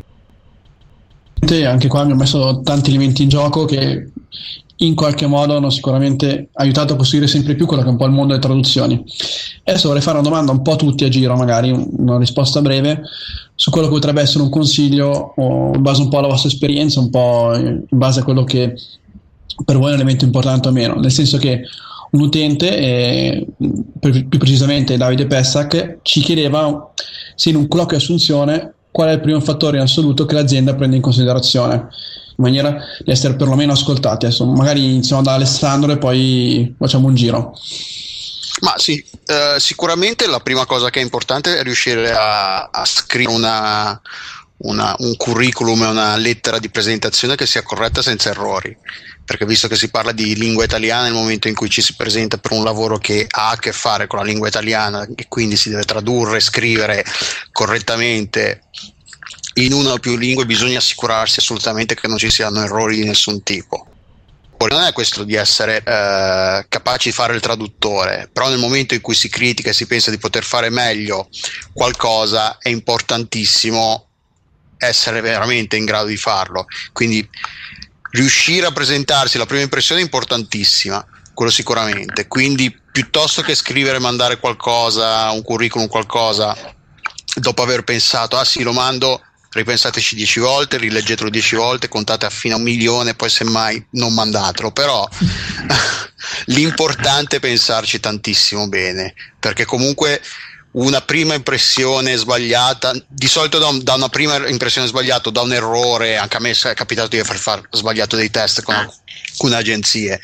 Anche qua mi ho messo tanti elementi in gioco che in qualche modo hanno sicuramente aiutato a costruire sempre più quello che è un po' il mondo delle traduzioni. Adesso vorrei fare una domanda un po' a tutti a giro, magari una risposta breve su quello che potrebbe essere un consiglio o in base un po' alla vostra esperienza, un po' in base a quello che per voi è un elemento importante o meno, nel senso che un utente, eh, per, più precisamente Davide Pessac, ci chiedeva se in un colloquio di assunzione qual è il primo fattore in assoluto che l'azienda prende in considerazione, in maniera di essere perlomeno ascoltati. Adesso magari iniziamo da Alessandro e poi facciamo un giro. Ma sì, eh, sicuramente la prima cosa che è importante è riuscire a, a scrivere una, una, un curriculum e una lettera di presentazione che sia corretta senza errori, perché visto che si parla di lingua italiana, nel momento in cui ci si presenta per un lavoro che ha a che fare con la lingua italiana e quindi si deve tradurre e scrivere correttamente in una o più lingue, bisogna assicurarsi assolutamente che non ci siano errori di nessun tipo. Poi non è questo di essere eh, capaci di fare il traduttore, però nel momento in cui si critica e si pensa di poter fare meglio qualcosa è importantissimo essere veramente in grado di farlo, quindi riuscire a presentarsi, la prima impressione è importantissima, quello sicuramente, quindi piuttosto che scrivere e mandare qualcosa, un curriculum, qualcosa, dopo aver pensato, ah sì lo mando, ripensateci dieci volte, rileggetelo dieci volte, contate fino a un milione, poi semmai non mandatelo, però l'importante è pensarci tantissimo bene, perché comunque una prima impressione sbagliata, di solito da, un, da una prima impressione sbagliata, da un errore, anche a me è capitato di aver far sbagliato dei test con alcune agenzie,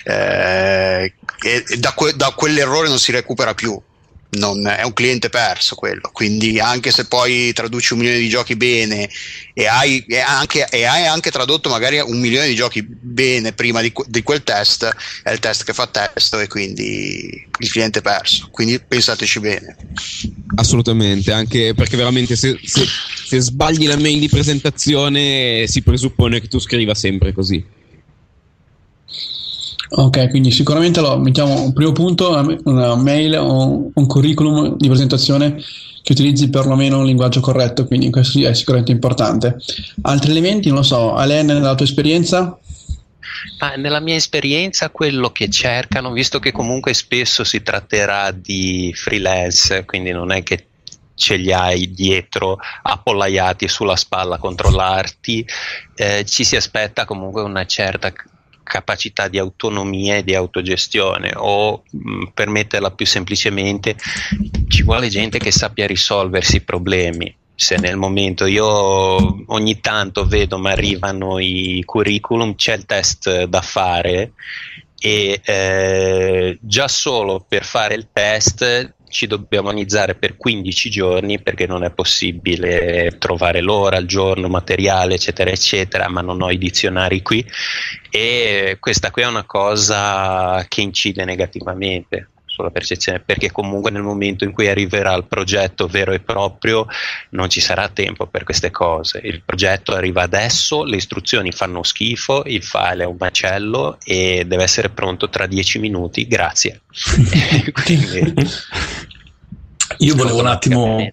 eh, e da, que, da quell'errore non si recupera più. Non è un cliente perso quello, quindi anche se poi traduci un milione di giochi bene e hai, e anche, e hai anche tradotto magari un milione di giochi bene prima di, di quel test, è il test che fa testo e quindi il cliente è perso, quindi pensateci bene. Assolutamente, anche perché veramente se, se, se sbagli la mail di presentazione si presuppone che tu scriva sempre così. Ok, quindi sicuramente allora, mettiamo un primo punto, una mail o un curriculum di presentazione che utilizzi perlomeno un linguaggio corretto, quindi questo è sicuramente importante. Altri elementi, non lo so, Alain, nella tua esperienza? Ma nella mia esperienza quello che cercano, visto che comunque spesso si tratterà di freelance, quindi non è che ce li hai dietro appollaiati sulla spalla a controllarti, eh, ci si aspetta comunque una certa capacità di autonomia e di autogestione, o mh, per metterla più semplicemente ci vuole gente che sappia risolversi i problemi. Se nel momento io ogni tanto vedo ma arrivano i curriculum, c'è il test da fare e eh, già solo per fare il test ci dobbiamo organizzare per quindici giorni, perché non è possibile trovare l'ora, il giorno, materiale eccetera eccetera, ma non ho i dizionari qui, e questa qui è una cosa che incide negativamente sulla percezione, perché comunque nel momento in cui arriverà il progetto vero e proprio non ci sarà tempo per queste cose. Il progetto arriva adesso, le istruzioni fanno schifo, il file è un macello e deve essere pronto tra dieci minuti, grazie. Quindi, io volevo un attimo,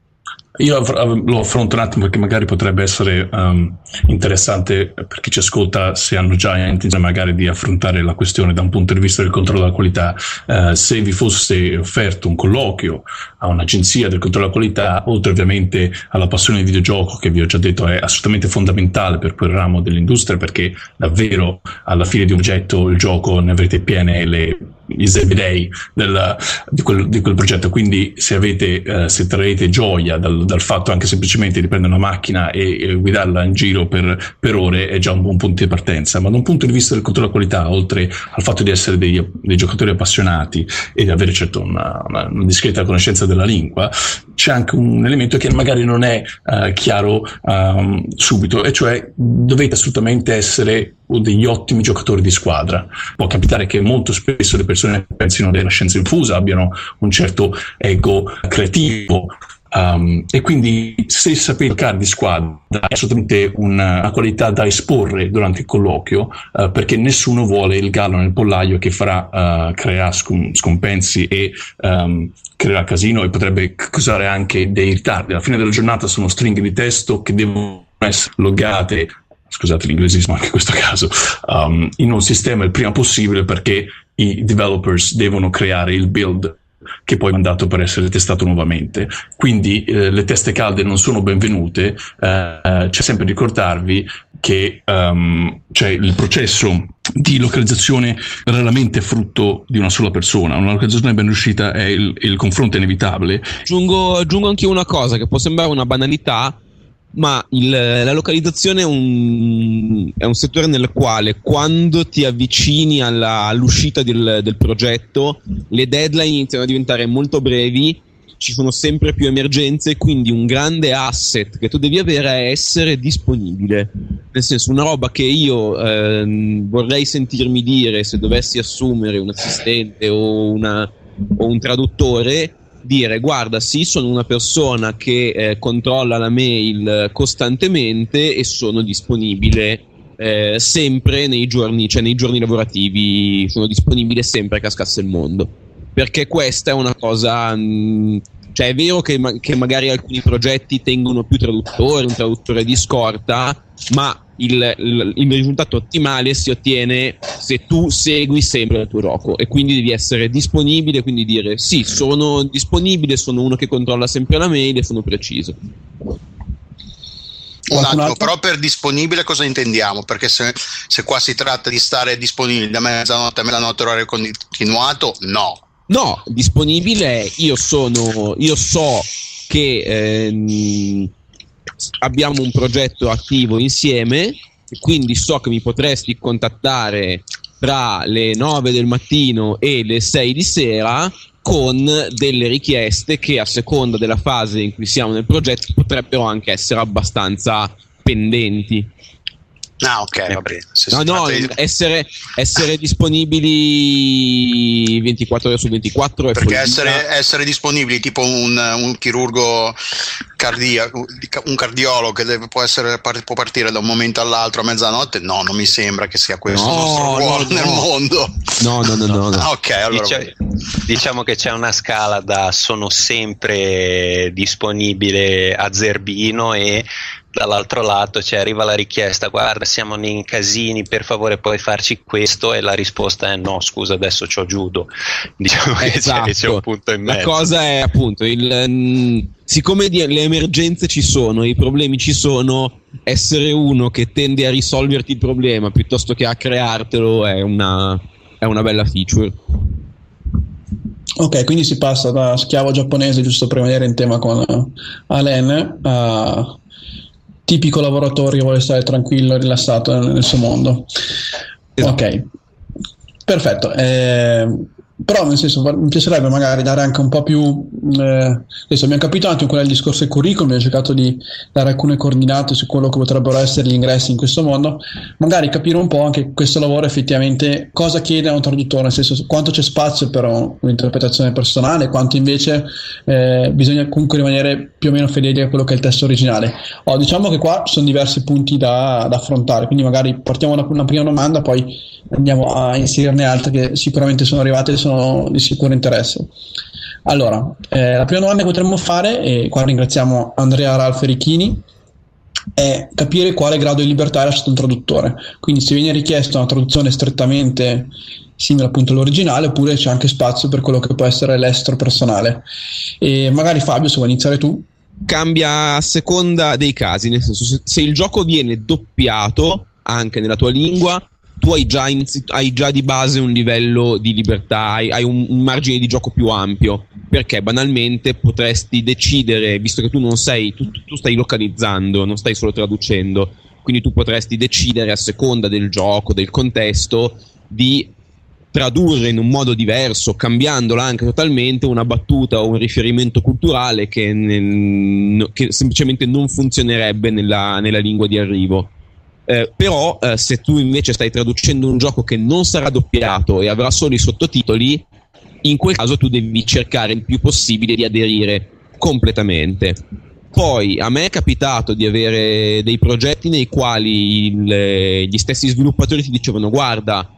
io lo affronto un attimo perché magari potrebbe essere um, interessante per chi ci ascolta, se hanno già intenzione magari di affrontare la questione da un punto di vista del controllo della qualità. Uh, se vi fosse offerto un colloquio a un'agenzia del controllo della qualità, oltre ovviamente alla passione di videogioco che vi ho già detto è assolutamente fondamentale per quel ramo dell'industria, perché davvero alla fine di un progetto il gioco ne avrete piene le i zebedei del, di, quel, di quel progetto, quindi se avete eh, se traete gioia dal, dal fatto anche semplicemente di prendere una macchina e, e guidarla in giro per, per ore, è già un buon punto di partenza. Ma da un punto di vista del controllo della qualità, oltre al fatto di essere dei, dei giocatori appassionati e di avere certo una, una, una discreta conoscenza della lingua, c'è anche un elemento che magari non è uh, chiaro um, subito, e cioè dovete assolutamente essere degli ottimi giocatori di squadra. Può capitare che molto spesso le persone pensino della scienza infusa, abbiano un certo ego creativo, um, e quindi se sapete giocare di squadra è assolutamente una, una qualità da esporre durante il colloquio, uh, perché nessuno vuole il gallo nel pollaio che farà uh, creare scom- scompensi e um, creerà casino e potrebbe causare anche dei ritardi. Alla fine della giornata sono stringhe di testo che devono essere loggate, scusate l'inglesismo anche in questo caso, um, in un sistema il prima possibile, perché i developers devono creare il build che poi è mandato per essere testato nuovamente. Quindi eh, le teste calde non sono benvenute. Eh, c'è sempre da ricordarvi che um, cioè il processo di localizzazione raramente è frutto di una sola persona. Una localizzazione ben riuscita è il, il confronto inevitabile. Aggiungo, aggiungo anche una cosa che può sembrare una banalità, ma il, la localizzazione è un, è un settore nel quale, quando ti avvicini alla, all'uscita del, del progetto, le deadline iniziano a diventare molto brevi, ci sono sempre più emergenze, quindi un grande asset che tu devi avere è essere disponibile. Nel senso, una roba che io eh, vorrei sentirmi dire se dovessi assumere un assistente o, una, o un traduttore, dire: guarda, sì, sono una persona che eh, controlla la mail costantemente e sono disponibile eh, sempre nei giorni, cioè nei giorni lavorativi, sono disponibile sempre a cascasse il mondo. Perché questa è una cosa, mh, cioè è vero che, ma- che magari alcuni progetti tengono più traduttori, un traduttore di scorta, ma il, il, il risultato ottimale si ottiene se tu segui sempre il tuo gioco, e quindi devi essere disponibile, quindi dire: sì, sono disponibile, sono uno che controlla sempre la mail e sono preciso. Un attimo, però per disponibile cosa intendiamo? Perché se, se qua si tratta di stare disponibili da mezzanotte a mezzanotte orario continuato, no. No, disponibile è: io sono, io so che ehm, abbiamo un progetto attivo insieme, quindi so che mi potresti contattare tra le nove del mattino e le sei di sera con delle richieste che, a seconda della fase in cui siamo nel progetto, potrebbero anche essere abbastanza pendenti. Ah, ok, va bene. Se no, no, di... essere, essere disponibili ventiquattro ore su ventiquattro è perché essere, essere disponibili tipo un, un chirurgo cardiaco, un cardiologo che deve, può, essere, può partire da un momento all'altro a mezzanotte, no, non mi sembra che sia questo no, il nostro ruolo no, nel no. mondo. No, no, no, no, no. Ah, ok, allora Dice, diciamo che c'è una scala da sono sempre disponibile a zerbino, e dall'altro lato cioè, arriva la richiesta: guarda, siamo in casini, per favore puoi farci questo, e la risposta è: no, scusa, adesso c'ho judo. Diciamo che esatto. c'è, c'è un punto in mezzo. La cosa è appunto il, mh, siccome di- le emergenze ci sono, i problemi ci sono, essere uno che tende a risolverti il problema piuttosto che a creartelo è una, è una bella feature. Ok, quindi si passa da schiavo giapponese, giusto per rimanere in tema con Alain, a tipico lavoratore che vuole stare tranquillo e rilassato nel suo mondo. Esatto. Ok, perfetto. Eh, però nel senso mi piacerebbe magari dare anche un po' più eh, adesso abbiamo capito un attimo qual è il discorso del curriculum, abbiamo cercato di dare alcune coordinate su quello che potrebbero essere gli ingressi in questo mondo, magari capire un po' anche questo lavoro effettivamente cosa chiede a un traduttore, nel senso quanto c'è spazio per un'interpretazione personale, quanto invece eh, bisogna comunque rimanere più o meno fedeli a quello che è il testo originale. Oh, diciamo che qua ci sono diversi punti da, da affrontare, quindi magari partiamo da una prima domanda, poi andiamo a inserirne altre che sicuramente sono arrivate e sono di sicuro interesse. Allora, eh, la prima domanda che potremmo fare, e qua ringraziamo Andrea Ralferichini, è capire quale grado di libertà è lasciato un traduttore. Quindi se viene richiesta una traduzione strettamente simile appunto all'originale, oppure c'è anche spazio per quello che può essere l'estero personale. E magari Fabio, se vuoi iniziare tu. Cambia a seconda dei casi, nel senso se, se il gioco viene doppiato anche nella tua lingua, tu hai già, inizi- hai già di base un livello di libertà, hai, hai un, un margine di gioco più ampio, perché banalmente potresti decidere, visto che tu non sei, tu, tu stai localizzando, non stai solo traducendo, quindi tu potresti decidere a seconda del gioco, del contesto, di tradurre in un modo diverso, cambiandola anche totalmente, una battuta o un riferimento culturale che, nel, che semplicemente non funzionerebbe nella, nella lingua di arrivo. Eh, però eh, se tu invece stai traducendo un gioco che non sarà doppiato e avrà solo i sottotitoli, in quel caso tu devi cercare il più possibile di aderire completamente. Poi a me è capitato di avere dei progetti nei quali il, gli stessi sviluppatori ti dicevano: guarda,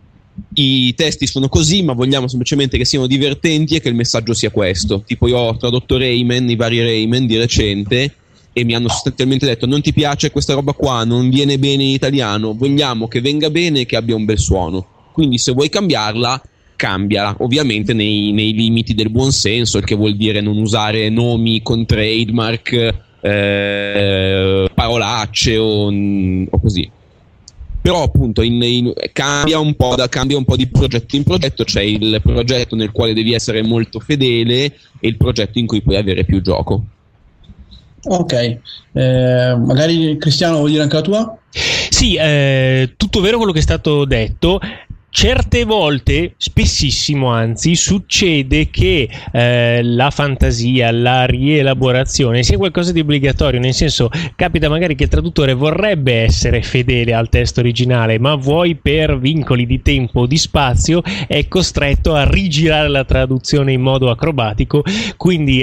i testi sono così, ma vogliamo semplicemente che siano divertenti e che il messaggio sia questo. Tipo, io ho tradotto Rayman, i vari Rayman di recente, e mi hanno sostanzialmente detto: non ti piace questa roba qua, non viene bene in italiano, vogliamo che venga bene e che abbia un bel suono, quindi se vuoi cambiarla, cambiala, ovviamente nei, nei limiti del buon senso, il che vuol dire non usare nomi con trademark, eh, parolacce o, o così. Però appunto in, in, cambia un po' da, cambia un po' di progetto in progetto. C'è il progetto nel quale devi essere molto fedele e il progetto in cui puoi avere più gioco. Ok, eh, magari Cristiano vuoi dire anche la tua? Sì, eh, tutto vero quello che è stato detto. Certe volte, spessissimo anzi, succede che eh, la fantasia, la rielaborazione sia qualcosa di obbligatorio, nel senso, capita magari che il traduttore vorrebbe essere fedele al testo originale, ma vuoi per vincoli di tempo o di spazio è costretto a rigirare la traduzione in modo acrobatico, quindi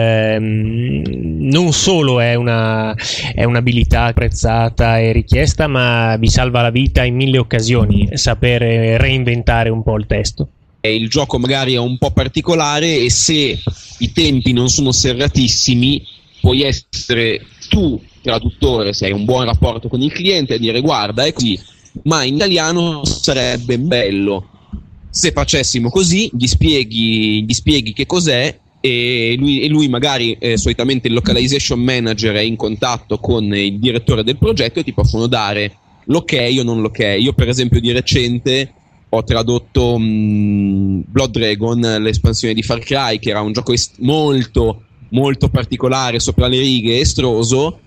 ehm, non solo è una è un'abilità apprezzata e richiesta, ma vi salva la vita in mille occasioni sapere reinventare un po' il testo. Il gioco magari è un po' particolare e se i tempi non sono serratissimi puoi essere tu traduttore, se hai un buon rapporto con il cliente, a dire: guarda, è così, ma in italiano sarebbe bello se facessimo così, gli spieghi, gli spieghi che cos'è, e lui, e lui magari eh, solitamente il localization manager è in contatto con il direttore del progetto e ti possono dare l'ok o non l'ok. Io per esempio di recente ho tradotto mh, Blood Dragon, l'espansione di Far Cry, che era un gioco est- molto molto particolare, sopra le righe, estroso,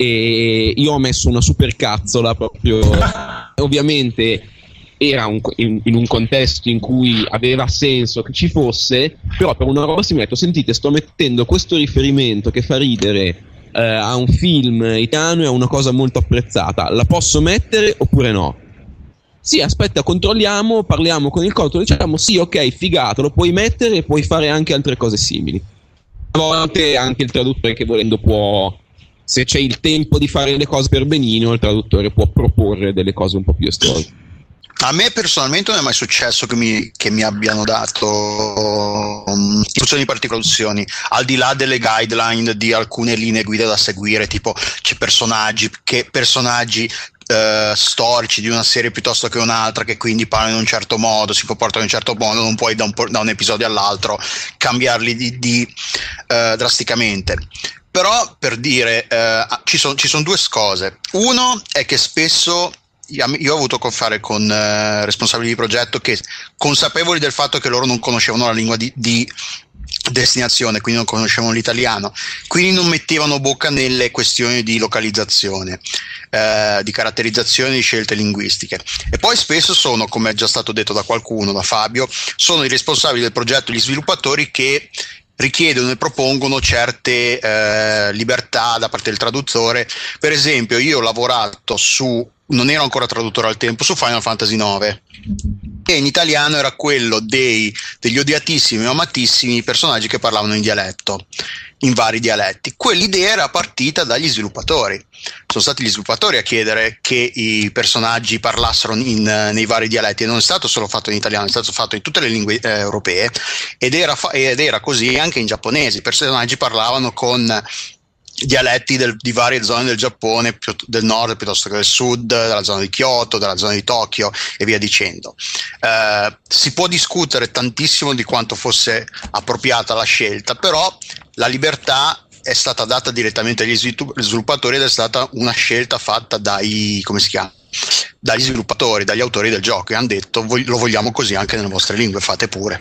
e io ho messo una super cazzola proprio. Ovviamente era un, in, in un contesto in cui aveva senso che ci fosse, però per una roba simile ho detto: sentite, sto mettendo questo riferimento che fa ridere eh, a un film italiano e a una cosa molto apprezzata, la posso mettere oppure no? Sì, aspetta, controlliamo, parliamo con il controllo, diciamo sì, ok, figato, lo puoi mettere e puoi fare anche altre cose simili. A volte anche il traduttore, che volendo può, se c'è il tempo di fare le cose per benino, il traduttore può proporre delle cose un po' più estrose. A me personalmente non è mai successo che mi, che mi abbiano dato um, istruzioni per traduzioni, al di là delle guideline di alcune linee guida da seguire, tipo c'è personaggi, che personaggi eh, storici di una serie piuttosto che un'altra, che quindi parlano in un certo modo, si comportano in un certo modo, non puoi da un, da un episodio all'altro cambiarli di, di eh, drasticamente. Però, per dire, eh, ci sono ci son due cose. Uno è che spesso io ho avuto a che fare con eh, responsabili di progetto che, consapevoli del fatto che loro non conoscevano la lingua di, di destinazione, quindi non conoscevano l'italiano, quindi non mettevano bocca nelle questioni di localizzazione, eh, di caratterizzazione, di scelte linguistiche. E poi spesso sono, come è già stato detto da qualcuno, da Fabio, sono i responsabili del progetto, gli sviluppatori, che richiedono e propongono certe eh, libertà da parte del traduttore. Per esempio, io ho lavorato su, non ero ancora traduttore al tempo, su Final Fantasy nove, che in italiano era quello dei, degli odiatissimi o amatissimi personaggi che parlavano in dialetto, in vari dialetti. Quell'idea era partita dagli sviluppatori, sono stati gli sviluppatori a chiedere che i personaggi parlassero in, nei vari dialetti, e non è stato solo fatto in italiano, è stato fatto in tutte le lingue eh, europee, ed era, fa- ed era così anche in giapponese. I personaggi parlavano con dialetti del, di varie zone del Giappone, più, del nord piuttosto che del sud, della zona di Kyoto, della zona di Tokyo e via dicendo. Eh, si può discutere tantissimo di quanto fosse appropriata la scelta, però la libertà è stata data direttamente agli sviluppatori ed è stata una scelta fatta dai, come si chiama? dagli sviluppatori, dagli autori del gioco, e hanno detto lo vogliamo così anche nelle vostre lingue, fate pure.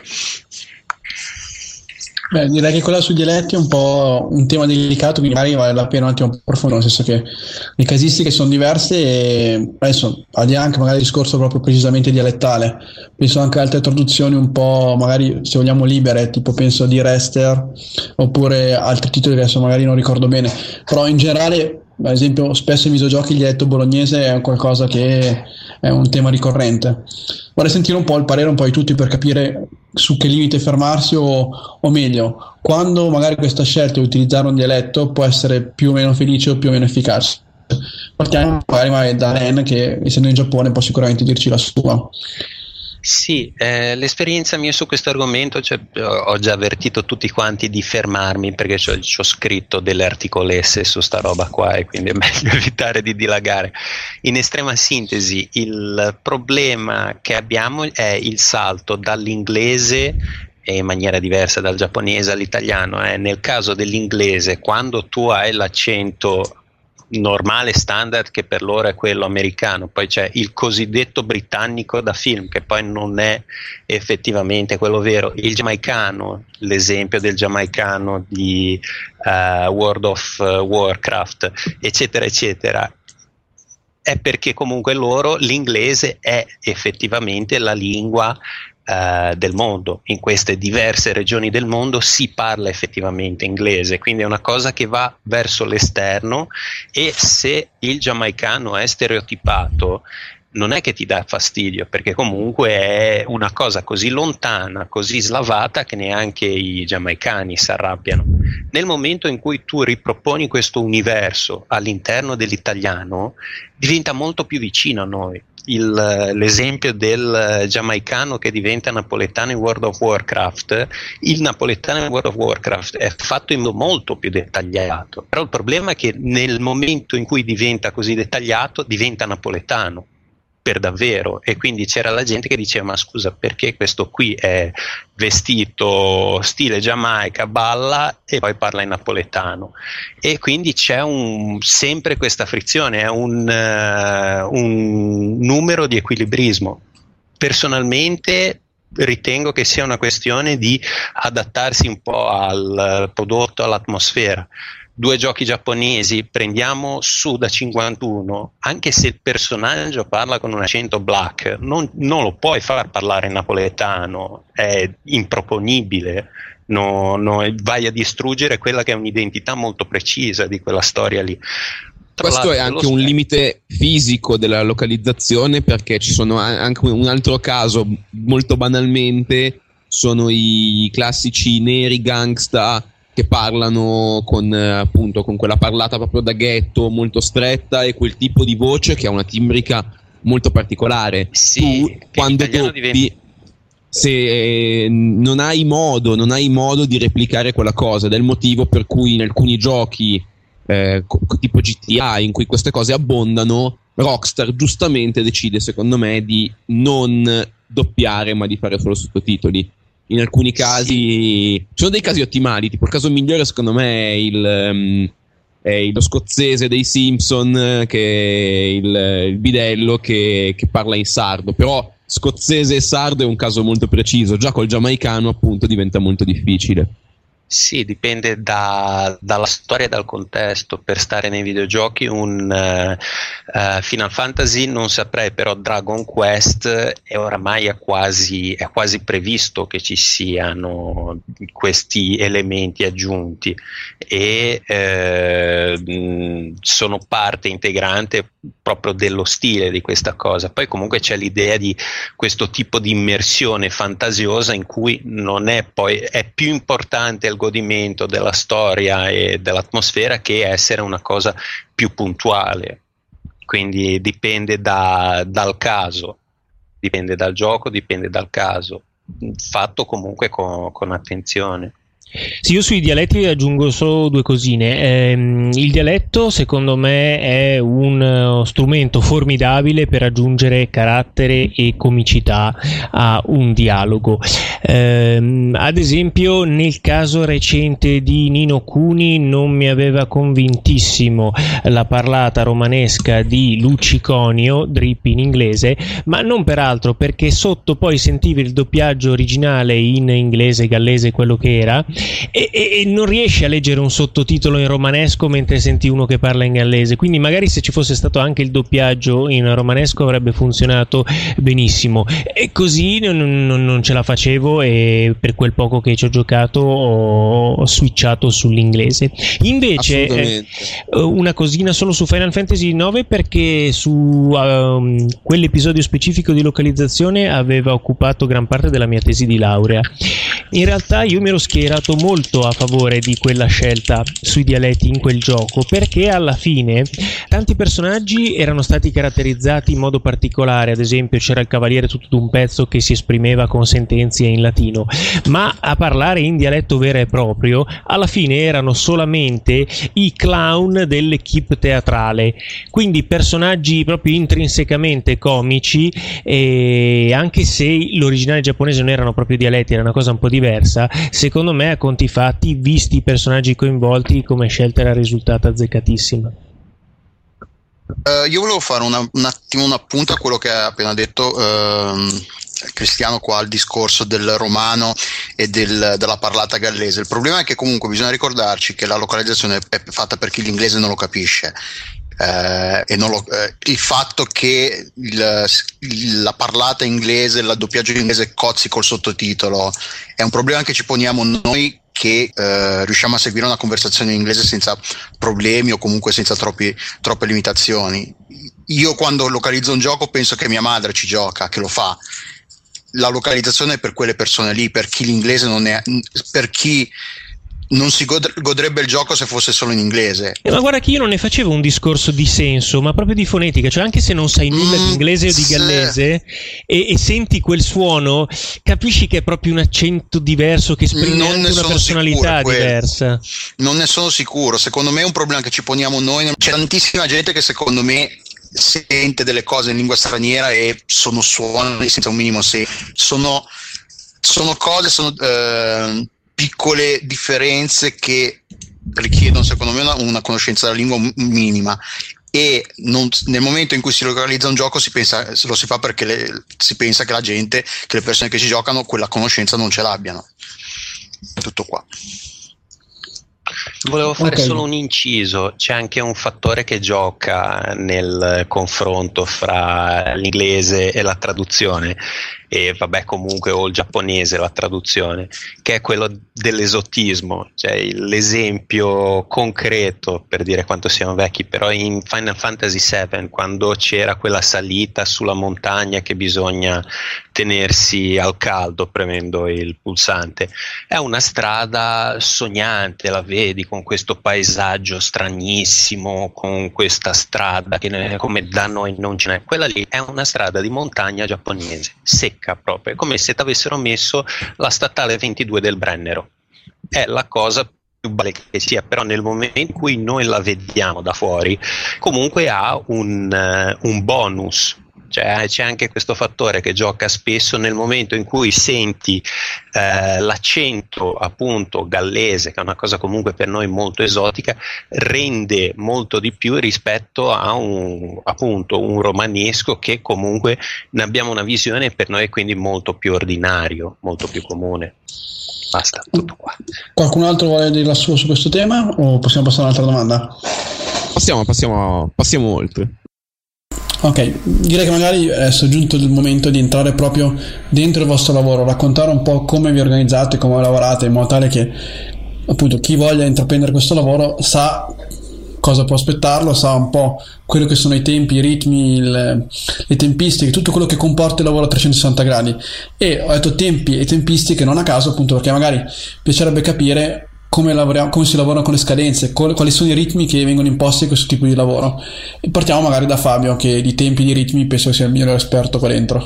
Beh, direi che quella sui dialetti è un po' un tema delicato, quindi magari vale la pena un attimo approfondire, nel senso che le casistiche sono diverse, e adesso al di là anche magari il discorso proprio precisamente dialettale, penso anche a altre traduzioni un po' magari, se vogliamo, libere, tipo penso di Rester oppure altri titoli che adesso magari non ricordo bene, però in generale, ad esempio, spesso in videogiochi il dialetto bolognese è qualcosa che è un tema ricorrente. Vorrei sentire un po' il parere un po' di tutti per capire su che limite fermarsi, o, o meglio, quando magari questa scelta di utilizzare un dialetto può essere più o meno felice o più o meno efficace. Partiamo magari da Ren, che essendo in Giappone può sicuramente dirci la sua. Sì, eh, l'esperienza mia su questo argomento, cioè, ho già avvertito tutti quanti di fermarmi, perché ci ho scritto delle articolesse su sta roba qua, e quindi è meglio evitare di dilagare. In estrema sintesi, il problema che abbiamo è il salto dall'inglese, e in maniera diversa dal giapponese, all'italiano. Eh. Nel caso dell'inglese, quando tu hai l'accento normale standard, che per loro è quello americano, poi c'è il cosiddetto britannico da film, che poi non è effettivamente quello vero, il giamaicano, l'esempio del giamaicano di uh, World of Warcraft, eccetera eccetera, è perché comunque loro l'inglese è effettivamente la lingua Uh, del mondo. In queste diverse regioni del mondo si parla effettivamente inglese, quindi è una cosa che va verso l'esterno, e se il giamaicano è stereotipato non è che ti dà fastidio, perché comunque è una cosa così lontana, così slavata, che neanche i giamaicani si arrabbiano. Nel momento in cui tu riproponi questo universo all'interno dell'italiano, diventa molto più vicino a noi. Il, l'esempio del giamaicano che diventa napoletano in World of Warcraft, il napoletano in World of Warcraft è fatto in modo molto più dettagliato, però il problema è che nel momento in cui diventa così dettagliato diventa napoletano per davvero, e quindi c'era la gente che diceva: ma scusa, perché questo qui è vestito stile Giamaica, balla e poi parla in napoletano? E quindi c'è un, sempre questa frizione, è un, uh, un numero di equilibrismo. Personalmente ritengo che sia una questione di adattarsi un po' al prodotto, all'atmosfera. Due giochi giapponesi, prendiamo Suda cinquantuno, anche se il personaggio parla con un accento black, non, non lo puoi far parlare in napoletano, è improponibile, no, no, vai a distruggere quella che è un'identità molto precisa di quella storia lì. Tra Questo è anche un limite fisico della localizzazione, perché ci sono anche un altro caso, molto banalmente, sono i classici neri gangsta che parlano con appunto con quella parlata proprio da ghetto molto stretta, e quel tipo di voce che ha una timbrica molto particolare. Sì, tu quando doppi diventa... se eh, non hai modo non hai modo di replicare quella cosa, ed è il motivo per cui in alcuni giochi eh, tipo G T A, in cui queste cose abbondano, Rockstar giustamente decide, secondo me, di non doppiare ma di fare solo sottotitoli. In alcuni casi ci sono dei casi ottimali, tipo il caso migliore secondo me è il um, è lo scozzese dei Simpson, che è il, il bidello che, che parla in sardo, però scozzese e sardo è un caso molto preciso, già col giamaicano appunto diventa molto difficile. Sì, dipende da, dalla storia e dal contesto. Per stare nei videogiochi, un uh, uh, Final Fantasy non saprei, però Dragon Quest è oramai è quasi, è quasi previsto che ci siano questi elementi aggiunti e eh, mh, sono parte integrante proprio dello stile di questa cosa. Poi comunque c'è l'idea di questo tipo di immersione fantasiosa in cui non è poi è più importante il godimento della storia e dell'atmosfera che essere una cosa più puntuale, quindi dipende da, dal caso, dipende dal gioco, dipende dal caso, fatto comunque con, con attenzione. Sì, io sui dialetti aggiungo solo due cosine. Eh, il dialetto secondo me è uno strumento formidabile per aggiungere carattere e comicità a un dialogo. Eh, ad esempio nel caso recente di Ni no Kuni non mi aveva convintissimo la parlata romanesca di Luciconio, Drip in inglese, ma non peraltro perché sotto poi sentivi il doppiaggio originale in inglese, gallese, quello che era, E, e, e non riesci a leggere un sottotitolo in romanesco mentre senti uno che parla in gallese, quindi magari se ci fosse stato anche il doppiaggio in romanesco avrebbe funzionato benissimo, e così non, non, non ce la facevo e per quel poco che ci ho giocato ho, ho switchato sull'inglese. Invece eh, una cosina solo su Final Fantasy nove, perché su um, quell'episodio specifico di localizzazione aveva occupato gran parte della mia tesi di laurea. In realtà io mi ero schierato molto a favore di quella scelta sui dialetti in quel gioco, perché alla fine tanti personaggi erano stati caratterizzati in modo particolare. Ad esempio c'era il cavaliere tutto d'un pezzo che si esprimeva con sentenze in latino, ma a parlare in dialetto vero e proprio alla fine erano solamente i clown dell'equipe teatrale, quindi personaggi proprio intrinsecamente comici, e anche se l'originale giapponese non erano proprio dialetti, era una cosa un po' diversa, secondo me a conti fatti, visti i personaggi coinvolti, come scelta era risultata azzeccatissima. Uh, io volevo fare una, un attimo un appunto a quello che ha appena detto uh, Cristiano qua, al discorso del romano e del, della parlata gallese. Il problema è che comunque bisogna ricordarci che la localizzazione è fatta per chi l'inglese non lo capisce. Uh, e non lo, uh, il fatto che il, il, la parlata inglese, il doppiaggio inglese cozzi col sottotitolo è un problema che ci poniamo noi, che uh, riusciamo a seguire una conversazione in inglese senza problemi o comunque senza troppi, troppe limitazioni. Io quando localizzo un gioco penso che mia madre ci gioca, che lo fa. La localizzazione è per quelle persone lì, per chi l'inglese non è, per chi non si god- godrebbe il gioco se fosse solo in inglese. Eh, ma guarda che io non ne facevo un discorso di senso, ma proprio di fonetica, cioè anche se non sai nulla mm, di inglese o di gallese e, e senti quel suono, capisci che è proprio un accento diverso che esprime anche una personalità diversa. Non ne sono sicuro, secondo me è un problema che ci poniamo noi. C'è tantissima gente che secondo me sente delle cose in lingua straniera e sono suoni senza un minimo senso. Sono, sono cose, sono eh, piccole differenze che richiedono secondo me una, una conoscenza della lingua minima, e non, nel momento in cui si localizza un gioco si pensa, lo si fa perché le, si pensa che la gente, che le persone che ci giocano quella conoscenza non ce l'abbiano. Tutto qua. Volevo fare Okay. solo un inciso, c'è anche un fattore che gioca nel confronto fra l'inglese e la traduzione, e vabbè comunque o il giapponese la traduzione, che è quello dell'esotismo. Cioè l'esempio concreto, per dire quanto siamo vecchi, però in Final Fantasy sette, quando c'era quella salita sulla montagna che bisogna tenersi al caldo premendo il pulsante, è una strada sognante, la vedi con questo paesaggio stranissimo, con questa strada che ne- come da noi non ce n'è. Quella lì è una strada di montagna giapponese, secca proprio, è come se ti avessero messo la statale ventidue del Brennero. È la cosa banale che sia, però nel momento in cui noi la vediamo da fuori comunque ha un, uh, un bonus. Cioè, c'è anche questo fattore che gioca spesso nel momento in cui senti eh, l'accento appunto gallese, che è una cosa comunque per noi molto esotica, rende molto di più rispetto a un appunto un romanesco che comunque ne abbiamo una visione per noi quindi molto più ordinario, molto più comune. Basta, tutto qua. Qualcun altro vuole dire la sua su questo tema o possiamo passare a un'altra domanda? Passiamo, passiamo, passiamo oltre. Ok, direi che magari adesso è giunto il momento di entrare proprio dentro il vostro lavoro, raccontare un po' come vi organizzate, come lavorate, in modo tale che appunto chi voglia intraprendere questo lavoro sa cosa può aspettarlo, sa un po' quello che sono i tempi, i ritmi, le, le tempistiche, tutto quello che comporta il lavoro a trecentosessanta gradi. E ho detto tempi e tempistiche non a caso, appunto perché magari piacerebbe capire come lavoriamo, come si lavora con le scadenze, quali sono i ritmi che vengono imposti a questo tipo di lavoro. E partiamo magari da Fabio, che di tempi e di ritmi penso sia il migliore esperto qua dentro.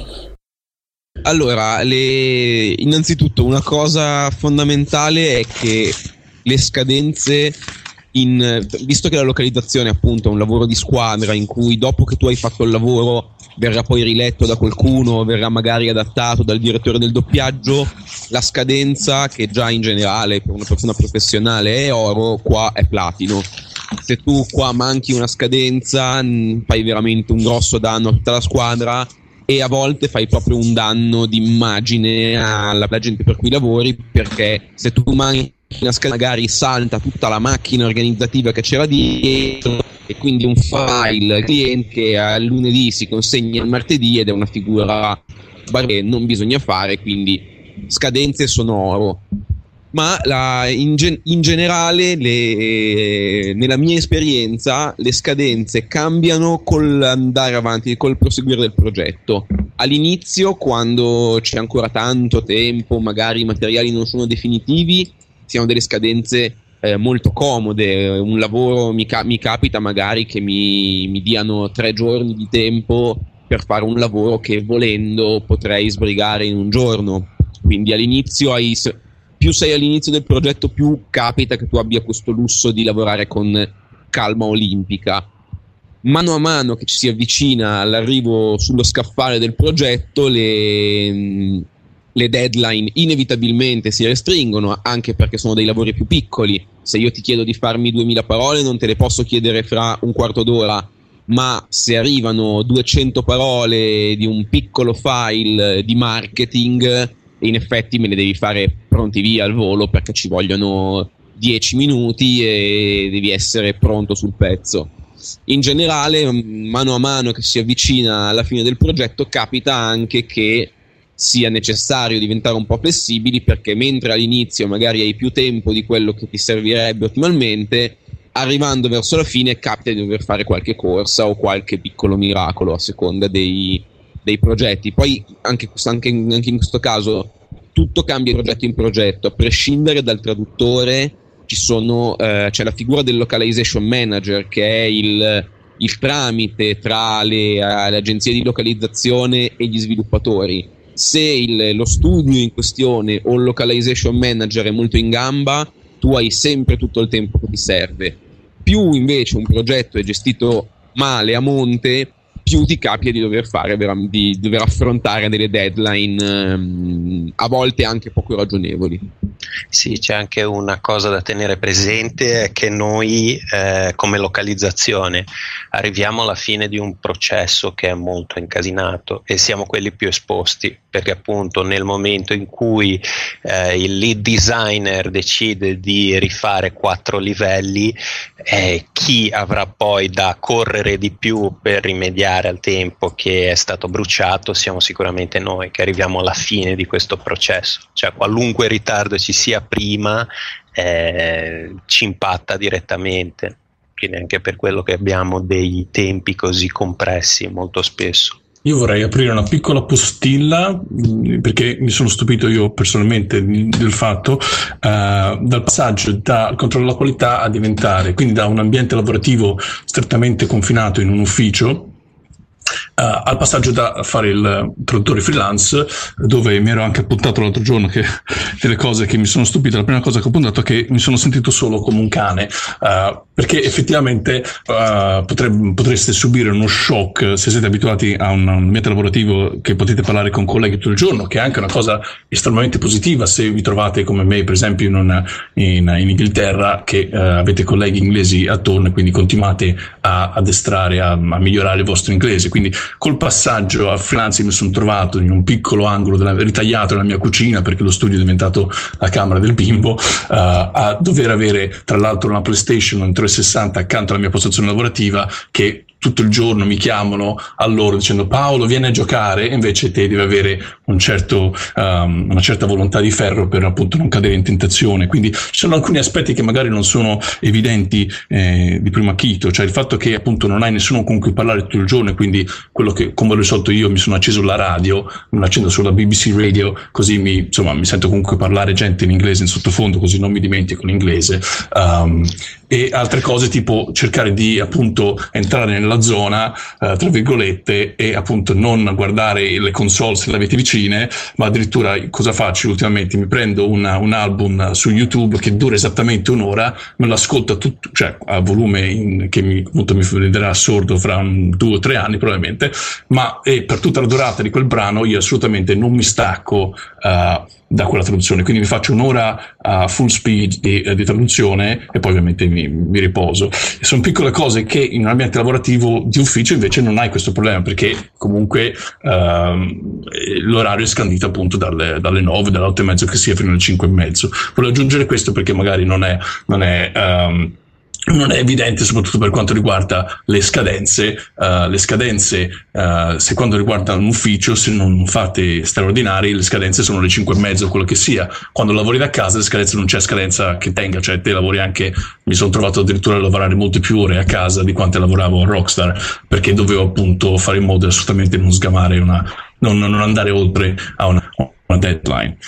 Allora, le... innanzitutto una cosa fondamentale è che le scadenze, in... visto che la localizzazione appunto è un lavoro di squadra in cui dopo che tu hai fatto il lavoro verrà poi riletto da qualcuno, verrà magari adattato dal direttore del doppiaggio, la scadenza, che già in generale per una persona professionale è oro, qua è platino. Se tu qua manchi una scadenza fai veramente un grosso danno a tutta la squadra e a volte fai proprio un danno d'immagine alla gente per cui lavori, perché se tu manchi una scadenza magari salta tutta la macchina organizzativa che c'era dietro e quindi un file cliente che al lunedì si consegna il martedì ed è una figura che non bisogna fare, quindi scadenze sono oro. Ma la, in, gen- in generale le, nella mia esperienza le scadenze cambiano col andare avanti, col proseguire del progetto. All'inizio, quando c'è ancora tanto tempo, magari i materiali non sono definitivi, si hanno delle scadenze eh, molto comode. Un lavoro mi, ca- mi capita magari che mi, mi diano tre giorni di tempo per fare un lavoro che volendo potrei sbrigare in un giorno. Quindi all'inizio hai, più sei all'inizio del progetto, più capita che tu abbia questo lusso di lavorare con calma olimpica. Mano a mano che ci si avvicina all'arrivo sullo scaffale del progetto, le le deadline inevitabilmente si restringono, anche perché sono dei lavori più piccoli. Se io ti chiedo di farmi duemila parole non te le posso chiedere fra un quarto d'ora, ma se arrivano duecento parole di un piccolo file di marketing, in effetti me le devi fare pronti via al volo, perché ci vogliono dieci minuti e devi essere pronto sul pezzo. In generale, mano a mano che si avvicina alla fine del progetto, capita anche che sia necessario diventare un po' flessibili, perché mentre all'inizio magari hai più tempo di quello che ti servirebbe ottimalmente, arrivando verso la fine capita di dover fare qualche corsa o qualche piccolo miracolo a seconda dei, dei progetti. Poi anche, anche, anche in questo caso tutto cambia di progetto in progetto, a prescindere dal traduttore ci sono, eh, c'è la figura del localization manager, che è il, il tramite tra le, le agenzie di localizzazione e gli sviluppatori. Se il, lo studio in questione o il localization manager è molto in gamba, tu hai sempre tutto il tempo che ti serve. Più invece un progetto è gestito male a monte, più ti capita di dover fare di dover affrontare delle deadline um, a volte anche poco ragionevoli. Sì, c'è anche una cosa da tenere presente, è che noi eh, come localizzazione arriviamo alla fine di un processo che è molto incasinato e siamo quelli più esposti, perché appunto nel momento in cui eh, il lead designer decide di rifare quattro livelli, eh, chi avrà poi da correre di più per rimediare al tempo che è stato bruciato siamo sicuramente noi, che arriviamo alla fine di questo processo. Cioè qualunque ritardo ci sia prima eh, ci impatta direttamente, quindi anche per quello che abbiamo dei tempi così compressi molto spesso. Io vorrei aprire una piccola postilla, perché mi sono stupito io personalmente del fatto uh, dal passaggio dal controllo della qualità a diventare, quindi da un ambiente lavorativo strettamente confinato in un ufficio, Uh, al passaggio da fare il traduttore freelance, dove mi ero anche appuntato l'altro giorno che delle cose che mi sono stupito. La prima cosa che ho appuntato è che mi sono sentito solo come un cane, uh, perché effettivamente uh, potre, potreste subire uno shock se siete abituati a un, un ambiente lavorativo che potete parlare con colleghi tutto il giorno, che è anche una cosa estremamente positiva se vi trovate come me, per esempio in, una, in, in Inghilterra, che uh, avete colleghi inglesi attorno e quindi continuate a addestrare, a, a migliorare il vostro inglese. Quindi col passaggio a freelance mi sono trovato in un piccolo angolo della, ritagliato nella mia cucina, perché lo studio è diventato la camera del bimbo, uh, a dover avere tra l'altro una PlayStation, un trecentosessanta accanto alla mia postazione lavorativa, che tutto il giorno mi chiamano a loro dicendo Paolo vieni a giocare, e invece te devi avere un certo, um, una certa volontà di ferro per appunto non cadere in tentazione. Quindi ci sono alcuni aspetti che magari non sono evidenti eh, di primo acchito, cioè il fatto che appunto non hai nessuno con cui parlare tutto il giorno, e quindi quello che, come ho risolto io, mi sono acceso la radio, me l'accendo sulla B B C Radio, così mi, insomma, mi sento comunque parlare gente in inglese in sottofondo, così non mi dimentico l'inglese. Um, e altre cose tipo cercare di appunto entrare nella zona uh, tra virgolette, e appunto non guardare le console se le avete vicine, ma addirittura cosa faccio ultimamente? Mi prendo una, un album su YouTube che dura esattamente un'ora, me lo ascolto tutto, cioè a volume in, che mi, appunto mi renderà sordo fra un, due o tre anni probabilmente, ma e per tutta la durata di quel brano io assolutamente non mi stacco uh, da quella traduzione, quindi mi faccio un'ora a full speed di, di traduzione e poi ovviamente mi, mi riposo. E sono piccole cose che in un ambiente lavorativo di ufficio invece non hai questo problema, perché comunque ehm, l'orario è scandito appunto dalle, dalle nove, dalle otto e mezzo che sia fino alle cinque e mezzo. Volevo aggiungere questo perché magari non è, non è um, non è evidente, soprattutto per quanto riguarda le scadenze. Uh, le scadenze, uh, se quando riguarda un ufficio, se non fate straordinari, le scadenze sono le cinque e mezzo, quello che sia. Quando lavori da casa, le scadenze non c'è scadenza che tenga, cioè te lavori anche, mi sono trovato addirittura a lavorare molte più ore a casa di quante lavoravo a Rockstar, perché dovevo appunto fare in modo assolutamente non sgamare una, non, non andare oltre a una, una deadline.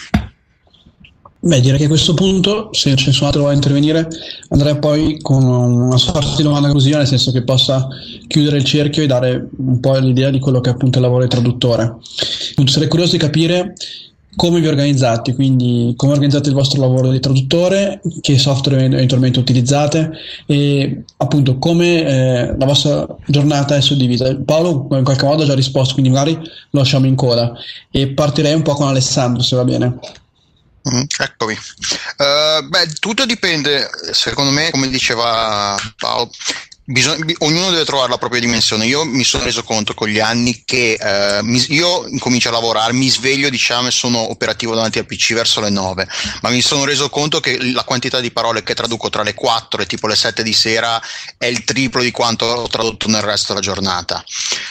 Beh, direi che a questo punto, se nessun altro vuole intervenire, andrei poi con una sorta di domanda conclusiva, nel senso che possa chiudere il cerchio e dare un po' l'idea di quello che è appunto il lavoro di traduttore. Appunto, sarei curioso di capire come vi organizzate, quindi come organizzate il vostro lavoro di traduttore, che software eventualmente utilizzate e appunto come eh, la vostra giornata è suddivisa. Paolo in qualche modo ha già risposto, quindi magari lo lasciamo in coda e partirei un po' con Alessandro, se va bene. Mm, eccomi. Uh, beh, tutto dipende, secondo me, come diceva Paolo, bisogna, ognuno deve trovare la propria dimensione. Io mi sono reso conto con gli anni che uh, mi, io incomincio a lavorare, mi sveglio diciamo e sono operativo davanti al P C verso le nove, ma mi sono reso conto che la quantità di parole che traduco tra le quattro e tipo le sette di sera è il triplo di quanto ho tradotto nel resto della giornata.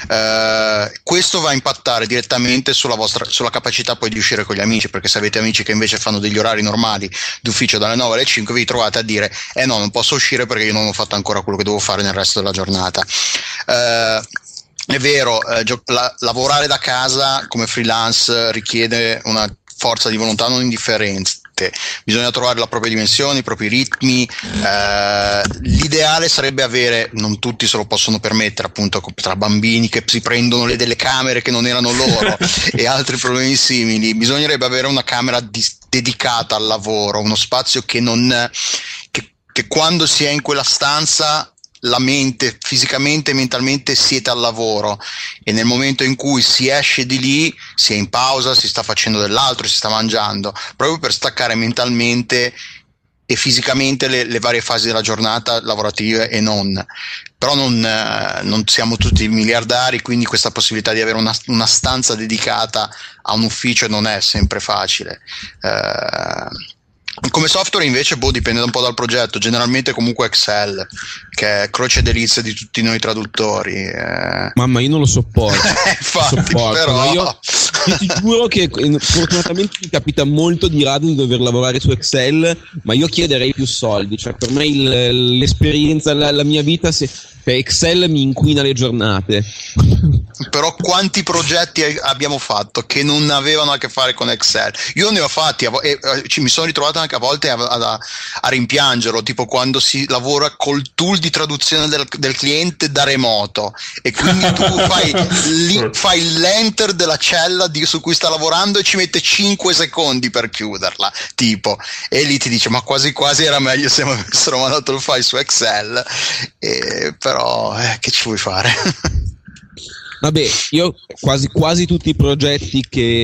Uh, questo va a impattare direttamente sulla vostra, sulla capacità poi di uscire con gli amici, perché se avete amici che invece fanno degli orari normali d'ufficio dalle nove alle cinque, vi trovate a dire eh no, non posso uscire perché io non ho fatto ancora quello che devo fare nel resto della giornata. Uh, è vero, eh, gio- la- lavorare da casa come freelance richiede una forza di volontà non indifferente. Bisogna trovare la propria dimensione, i propri ritmi. Eh, l'ideale sarebbe avere, non tutti se lo possono permettere, appunto tra bambini che si prendono le delle camere che non erano loro e altri problemi simili, bisognerebbe avere una camera di- dedicata al lavoro, uno spazio che non che, che quando si è in quella stanza la mente, fisicamente e mentalmente siete al lavoro, e nel momento in cui si esce di lì, si è in pausa, si sta facendo dell'altro, si sta mangiando, proprio per staccare mentalmente e fisicamente le, le varie fasi della giornata lavorative e non. Però non, eh, non siamo tutti miliardari, quindi questa possibilità di avere una, una stanza dedicata a un ufficio non è sempre facile. Eh, Come software invece boh, dipende un po' dal progetto, generalmente comunque Excel, che è croce delizia di tutti noi traduttori. Eh. Mamma, io non lo sopporto. Infatti, sopporto, però... ma io, io ti giuro che fortunatamente mi capita molto di rado di dover lavorare su Excel, ma io chiederei più soldi, cioè per me il, l'esperienza, la, la mia vita, se, cioè Excel mi inquina le giornate. però quanti progetti abbiamo fatto che non avevano a che fare con Excel? Io ne ho fatti e eh, mi sono ritrovato anche a volte a, a, a rimpiangerlo, tipo quando si lavora col tool di traduzione del, del cliente da remoto e quindi tu fai, li, fai l'enter della cella di, su cui sta lavorando e ci mette cinque secondi per chiuderla, tipo, e lì ti dice ma quasi quasi era meglio se mi avessero mandato il file su Excel, e, però eh, che ci vuoi fare? Vabbè, io quasi quasi tutti i progetti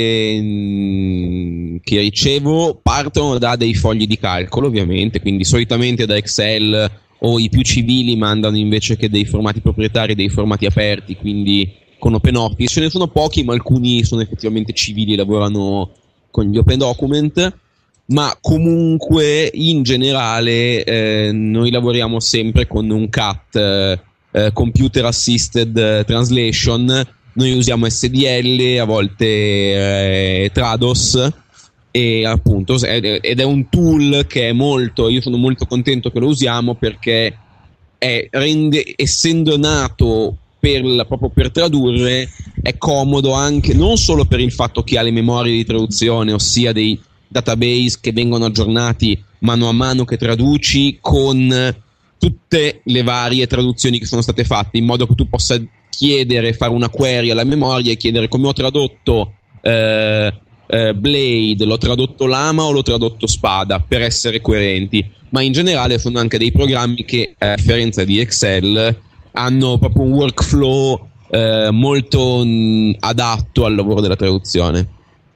che, che ricevo partono da dei fogli di calcolo, ovviamente, quindi solitamente da Excel, o i più civili mandano invece che dei formati proprietari dei formati aperti, quindi con OpenOffice. Ce ne sono pochi, ma alcuni sono effettivamente civili e lavorano con gli Open Document, ma comunque in generale eh, noi lavoriamo sempre con un C A T, eh, Uh, computer assisted uh, translation. Noi usiamo S D L, a volte eh, Trados, e appunto ed è un tool che è molto, io sono molto contento che lo usiamo, perché è, rende, essendo nato per la, proprio per tradurre, è comodo anche non solo per il fatto che ha le memorie di traduzione, ossia dei database che vengono aggiornati mano a mano che traduci, con tutte le varie traduzioni che sono state fatte, in modo che tu possa chiedere, fare una query alla memoria e chiedere come ho tradotto eh, eh, Blade, l'ho tradotto Lama o l'ho tradotto Spada, per essere coerenti. Ma in generale sono anche dei programmi che, a differenza di Excel, hanno proprio un workflow eh, molto mh, adatto al lavoro della traduzione.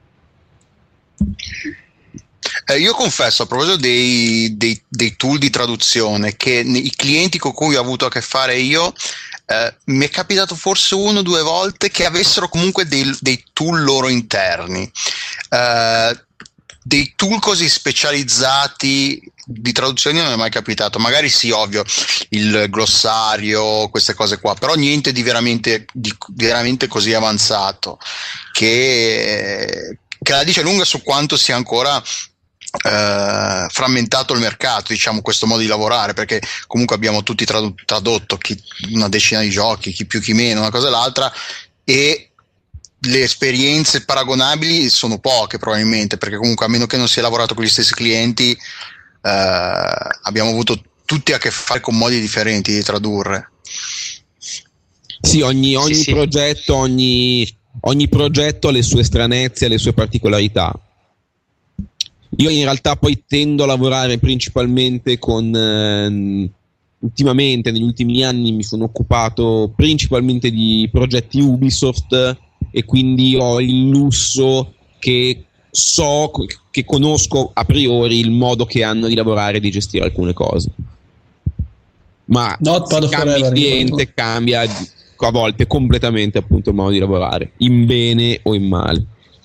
Eh, io confesso, a proposito dei, dei, dei tool di traduzione, che i clienti con cui ho avuto a che fare io, eh, mi è capitato forse uno o due volte che avessero comunque dei, dei tool loro interni, eh, dei tool così specializzati di traduzione non è mai capitato. Magari sì, ovvio, il glossario, queste cose qua, però niente di veramente, di veramente così avanzato, che, che la dice lunga su quanto sia ancora Uh, frammentato il mercato, diciamo, questo modo di lavorare, perché comunque abbiamo tutti trad- tradotto chi, una decina di giochi, chi più chi meno, una cosa e l'altra, e le esperienze paragonabili sono poche probabilmente, perché comunque a meno che non si è lavorato con gli stessi clienti uh, abbiamo avuto tutti a che fare con modi differenti di tradurre. Sì, ogni, ogni sì, progetto sì. Ogni, ogni progetto ha le sue stranezze, le sue particolarità. Io in realtà poi tendo a lavorare principalmente con eh, ultimamente, negli ultimi anni mi sono occupato principalmente di progetti Ubisoft, e quindi ho il lusso che so, che conosco a priori il modo che hanno di lavorare e di gestire alcune cose. Ma se cambia il cliente, cambia a volte completamente appunto il modo di lavorare, in bene o in male.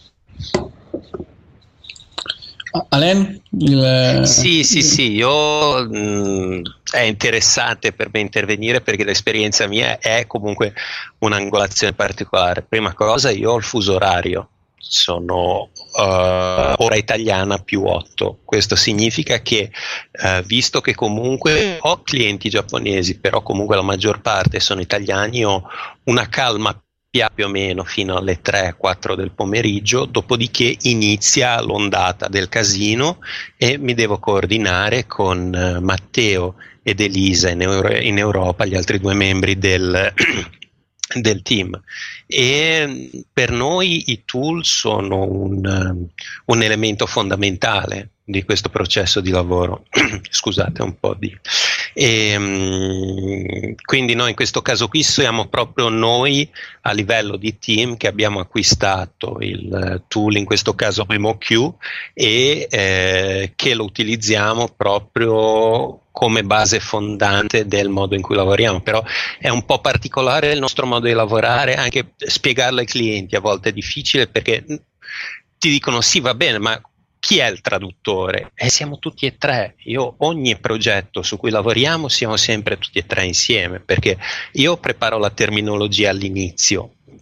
Alain? Il... Sì, sì, sì, io mh, è interessante per me intervenire, perché l'esperienza mia è comunque un'angolazione particolare. Prima cosa, io ho il fuso orario, sono uh, ora italiana più otto. Questo significa che uh, visto che comunque ho clienti giapponesi, però comunque la maggior parte sono italiani, ho una calma più o meno fino alle tre quattro del pomeriggio, dopodiché inizia l'ondata del casino e mi devo coordinare con uh, Matteo ed Elisa in, Euro- in Europa, gli altri due membri del, del team. E per noi i tool sono un, um, un elemento fondamentale di questo processo di lavoro. Scusate un po' di... E, um, quindi noi in questo caso qui siamo proprio noi a livello di team che abbiamo acquistato il tool, in questo caso MemoQ, e eh, che lo utilizziamo proprio come base fondante del modo in cui lavoriamo. Però è un po' particolare il nostro modo di lavorare, anche spiegarlo ai clienti a volte è difficile, perché ti dicono sì, va bene, ma chi è il traduttore? E eh, siamo tutti e tre. Io ogni progetto su cui lavoriamo siamo sempre tutti e tre insieme, perché io preparo la terminologia all'inizio,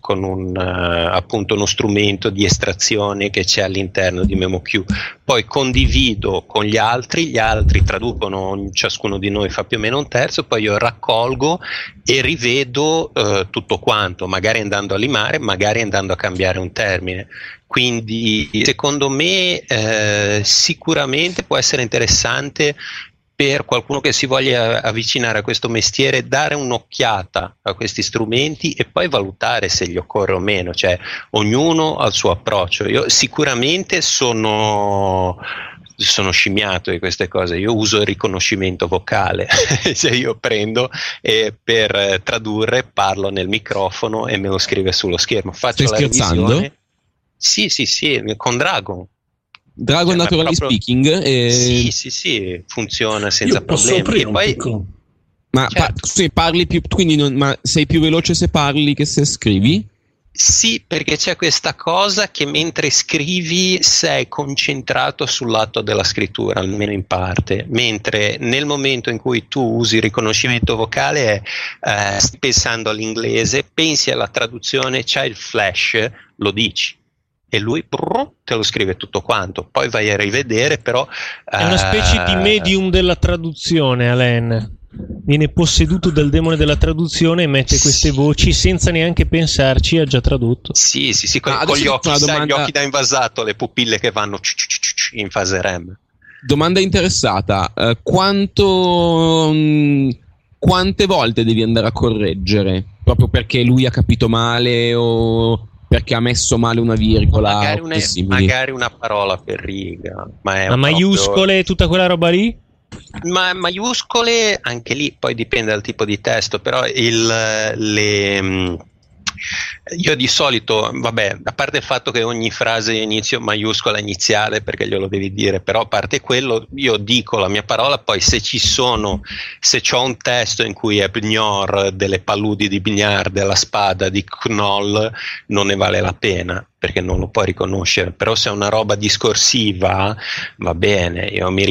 con un, uh, appunto uno strumento di estrazione che c'è all'interno di MemoQ. Poi condivido con gli altri, gli altri traducono, ciascuno di noi fa più o meno un terzo, poi io raccolgo e rivedo uh, tutto quanto, magari andando a limare, magari andando a cambiare un termine. Quindi secondo me eh, sicuramente può essere interessante per qualcuno che si voglia avvicinare a questo mestiere, dare un'occhiata a questi strumenti e poi valutare se gli occorre o meno, cioè ognuno ha il suo approccio. Io sicuramente sono sono scimmiato di queste cose, io uso il riconoscimento vocale, cioè io prendo e per tradurre parlo nel microfono e me lo scrive sullo schermo. Faccio Stai la scherzando? revisione. Sì, sì, sì, con Dragon. Dragon Cioè, Naturally proprio- Speaking? E... Sì, sì, sì, funziona senza Io posso problemi. aprire E un poi, piccolo... Ma Certo. pa- se parli più, quindi non, ma sei più veloce se parli che se scrivi? sì, perché c'è questa cosa che mentre scrivi sei concentrato sul lato della scrittura, almeno in parte, mentre nel momento in cui tu usi il riconoscimento vocale, eh, stai pensando all'inglese, pensi alla traduzione, c'hai il flash, lo dici. E lui brrr, te lo scrive tutto quanto, poi vai a rivedere, però È una specie di eh, medium della traduzione, Alain. Viene posseduto dal demone della traduzione e mette queste Sì. voci senza neanche pensarci, ha già tradotto. Sì, sì, sì, con, Ah, con adesso gli occhi, una sai, domanda- gli occhi da invasato, le pupille che vanno ciu, ciu, ciu, ciu, in fase REM. Domanda interessata, eh, quanto, mh, quante volte devi andare a correggere? Proprio perché lui ha capito male o perché ha messo male una virgola? Magari, o una, cose simili? magari una parola per riga, ma è A un maiuscole e tutta quella roba lì? proprio- ma maiuscole anche lì, poi dipende dal tipo di testo, però il, le, mh, io di solito, vabbè, a parte il fatto che ogni frase inizio maiuscola iniziale perché glielo devi dire, però a parte quello io dico la mia parola, poi se ci sono, se c'ho un testo in cui è Bgnor, delle paludi di Bgnar, della spada di Knoll, non ne vale la pena perché non lo puoi riconoscere, però se è una roba discorsiva va bene. Io mi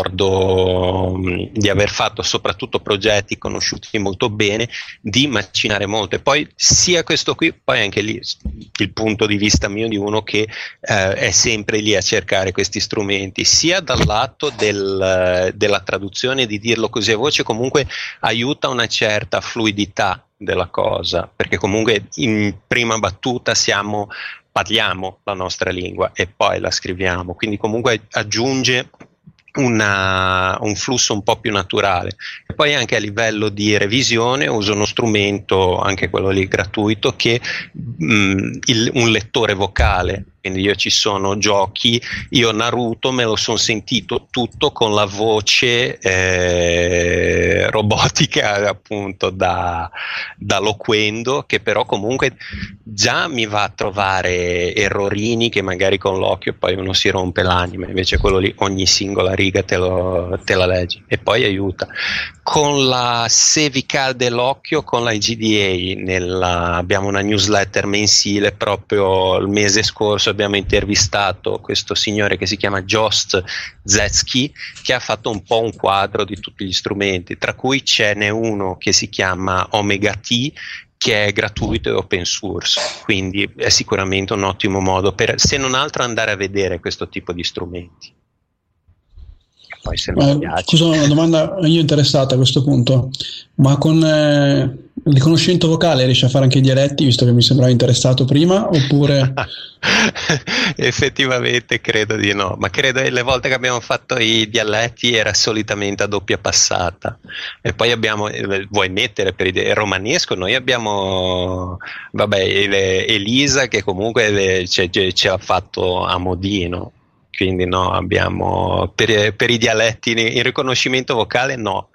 ricordo mh, di aver fatto soprattutto progetti conosciuti molto bene, di macinare molto, e poi sia questo qui, poi anche lì il punto di vista mio di uno che eh, è sempre lì a cercare questi strumenti, sia dal lato del, della traduzione, di dirlo così a voce, comunque aiuta una certa fluidità della cosa, perché comunque in prima battuta siamo parliamo la nostra lingua e poi la scriviamo, quindi comunque aggiunge una, un flusso un po' più naturale. E poi anche a livello di revisione uso uno strumento, anche quello lì gratuito, che mh, il, un lettore vocale. Quindi io ci sono giochi, io Naruto me lo sono sentito tutto con la voce eh, robotica appunto da, da Loquendo, che però comunque già mi va a trovare errorini che magari con l'occhio poi uno si rompe l'anima, invece quello lì ogni singola riga te, lo, te la leggi e poi aiuta. Con la Sevical dell'occhio, con la I G D A, nella, abbiamo una newsletter mensile, proprio il mese scorso abbiamo intervistato questo signore che si chiama Jost Zetsky, che ha fatto un po' un quadro di tutti gli strumenti, tra cui ce n'è uno che si chiama Omega T, che è gratuito e open source, quindi è sicuramente un ottimo modo per, se non altro, andare a vedere questo tipo di strumenti. Poi se non Eh, piace. scusa, una domanda io interessata a questo punto, ma con eh, il riconoscimento vocale riesci a fare anche i dialetti, visto che mi sembrava interessato prima, oppure... Effettivamente credo di no, ma credo che le volte che abbiamo fatto i dialetti era solitamente a doppia passata, e poi abbiamo, eh, vuoi mettere per il romanesco, noi abbiamo vabbè ele- Elisa che comunque le- ce, ce, ce l'ha fatto a modino, quindi no, abbiamo per, per i dialetti il riconoscimento vocale no.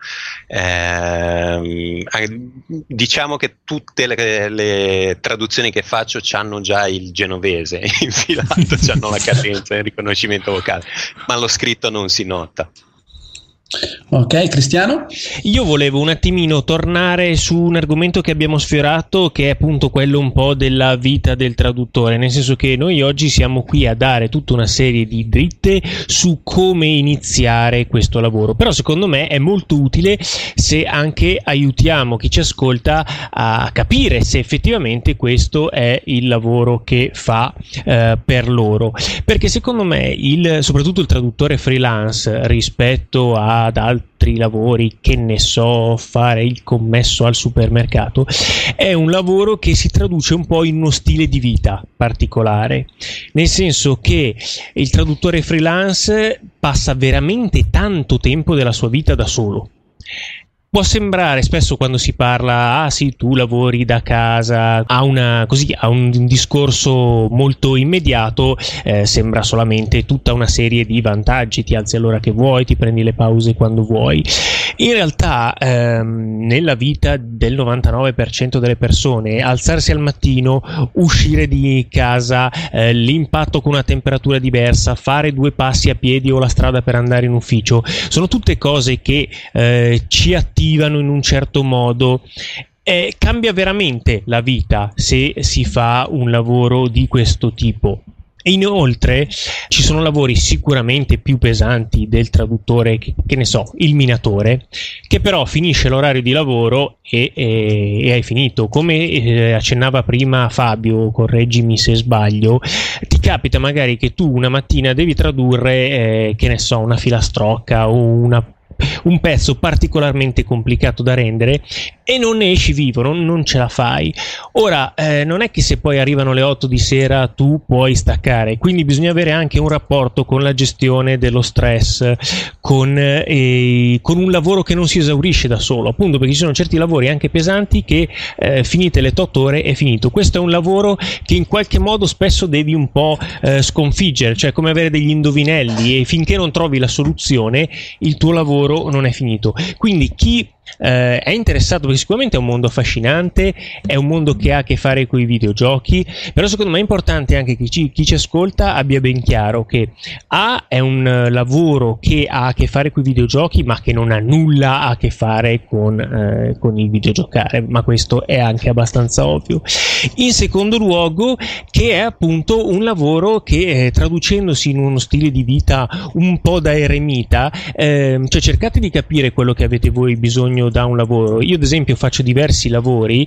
Ehm, diciamo che tutte le, le traduzioni che faccio hanno già il genovese infilato, hanno la cadenza del riconoscimento vocale, ma lo scritto non si nota. Ok, Cristiano? Io volevo un attimino tornare su un argomento che abbiamo sfiorato, che è appunto quello un po' della vita del traduttore, nel senso che noi oggi siamo qui a dare tutta una serie di dritte su come iniziare questo lavoro, però secondo me è molto utile se anche aiutiamo chi ci ascolta a capire se effettivamente questo è il lavoro che fa eh, per loro, perché secondo me il, soprattutto il traduttore freelance rispetto ad altri lavori, che ne so, fare il commesso al supermercato, è un lavoro che si traduce un po' in uno stile di vita particolare, nel senso che il traduttore freelance passa veramente tanto tempo della sua vita da solo. Può sembrare spesso, quando si parla, ah sì, tu lavori da casa, a una così a un discorso molto immediato, eh, sembra solamente tutta una serie di vantaggi, ti alzi all'ora che vuoi, ti prendi le pause quando vuoi. In realtà ehm, nella vita del novantanove per cento delle persone, alzarsi al mattino, uscire di casa, eh, l'impatto con una temperatura diversa, fare due passi a piedi o la strada per andare in ufficio, sono tutte cose che eh, ci attivano in un certo modo. Eh, cambia veramente la vita se si fa un lavoro di questo tipo. E inoltre ci sono lavori sicuramente più pesanti del traduttore, che, che ne so, il minatore, che però finisce l'orario di lavoro e, e, e hai finito. Come eh, accennava prima Fabio, correggimi se sbaglio, ti capita magari che tu una mattina devi tradurre, eh, che ne so, una filastrocca o una un pezzo particolarmente complicato da rendere e non ne esci vivo, non, non ce la fai. Ora eh, non è che se poi arrivano le otto di sera tu puoi staccare, quindi bisogna avere anche un rapporto con la gestione dello stress, con, eh, con un lavoro che non si esaurisce da solo, appunto perché ci sono certi lavori anche pesanti che eh, finite le otto ore è finito. Questo è un lavoro che in qualche modo spesso devi un po' eh, sconfiggere, cioè come avere degli indovinelli, e finché non trovi la soluzione il tuo lavoro non è finito. Quindi chi eh, è interessato, perché sicuramente è un mondo affascinante, è un mondo che ha a che fare con i videogiochi, però secondo me è importante anche che chi, chi ci ascolta abbia ben chiaro che A è un uh, lavoro che ha a che fare con i videogiochi, ma che non ha nulla a che fare con, eh, con il videogiocare, ma questo è anche abbastanza ovvio. In secondo luogo che è appunto un lavoro che eh, traducendosi in uno stile di vita un po' da eremita, eh, cioè cercate di capire quello che avete voi bisogno da un lavoro. Io ad esempio faccio diversi lavori,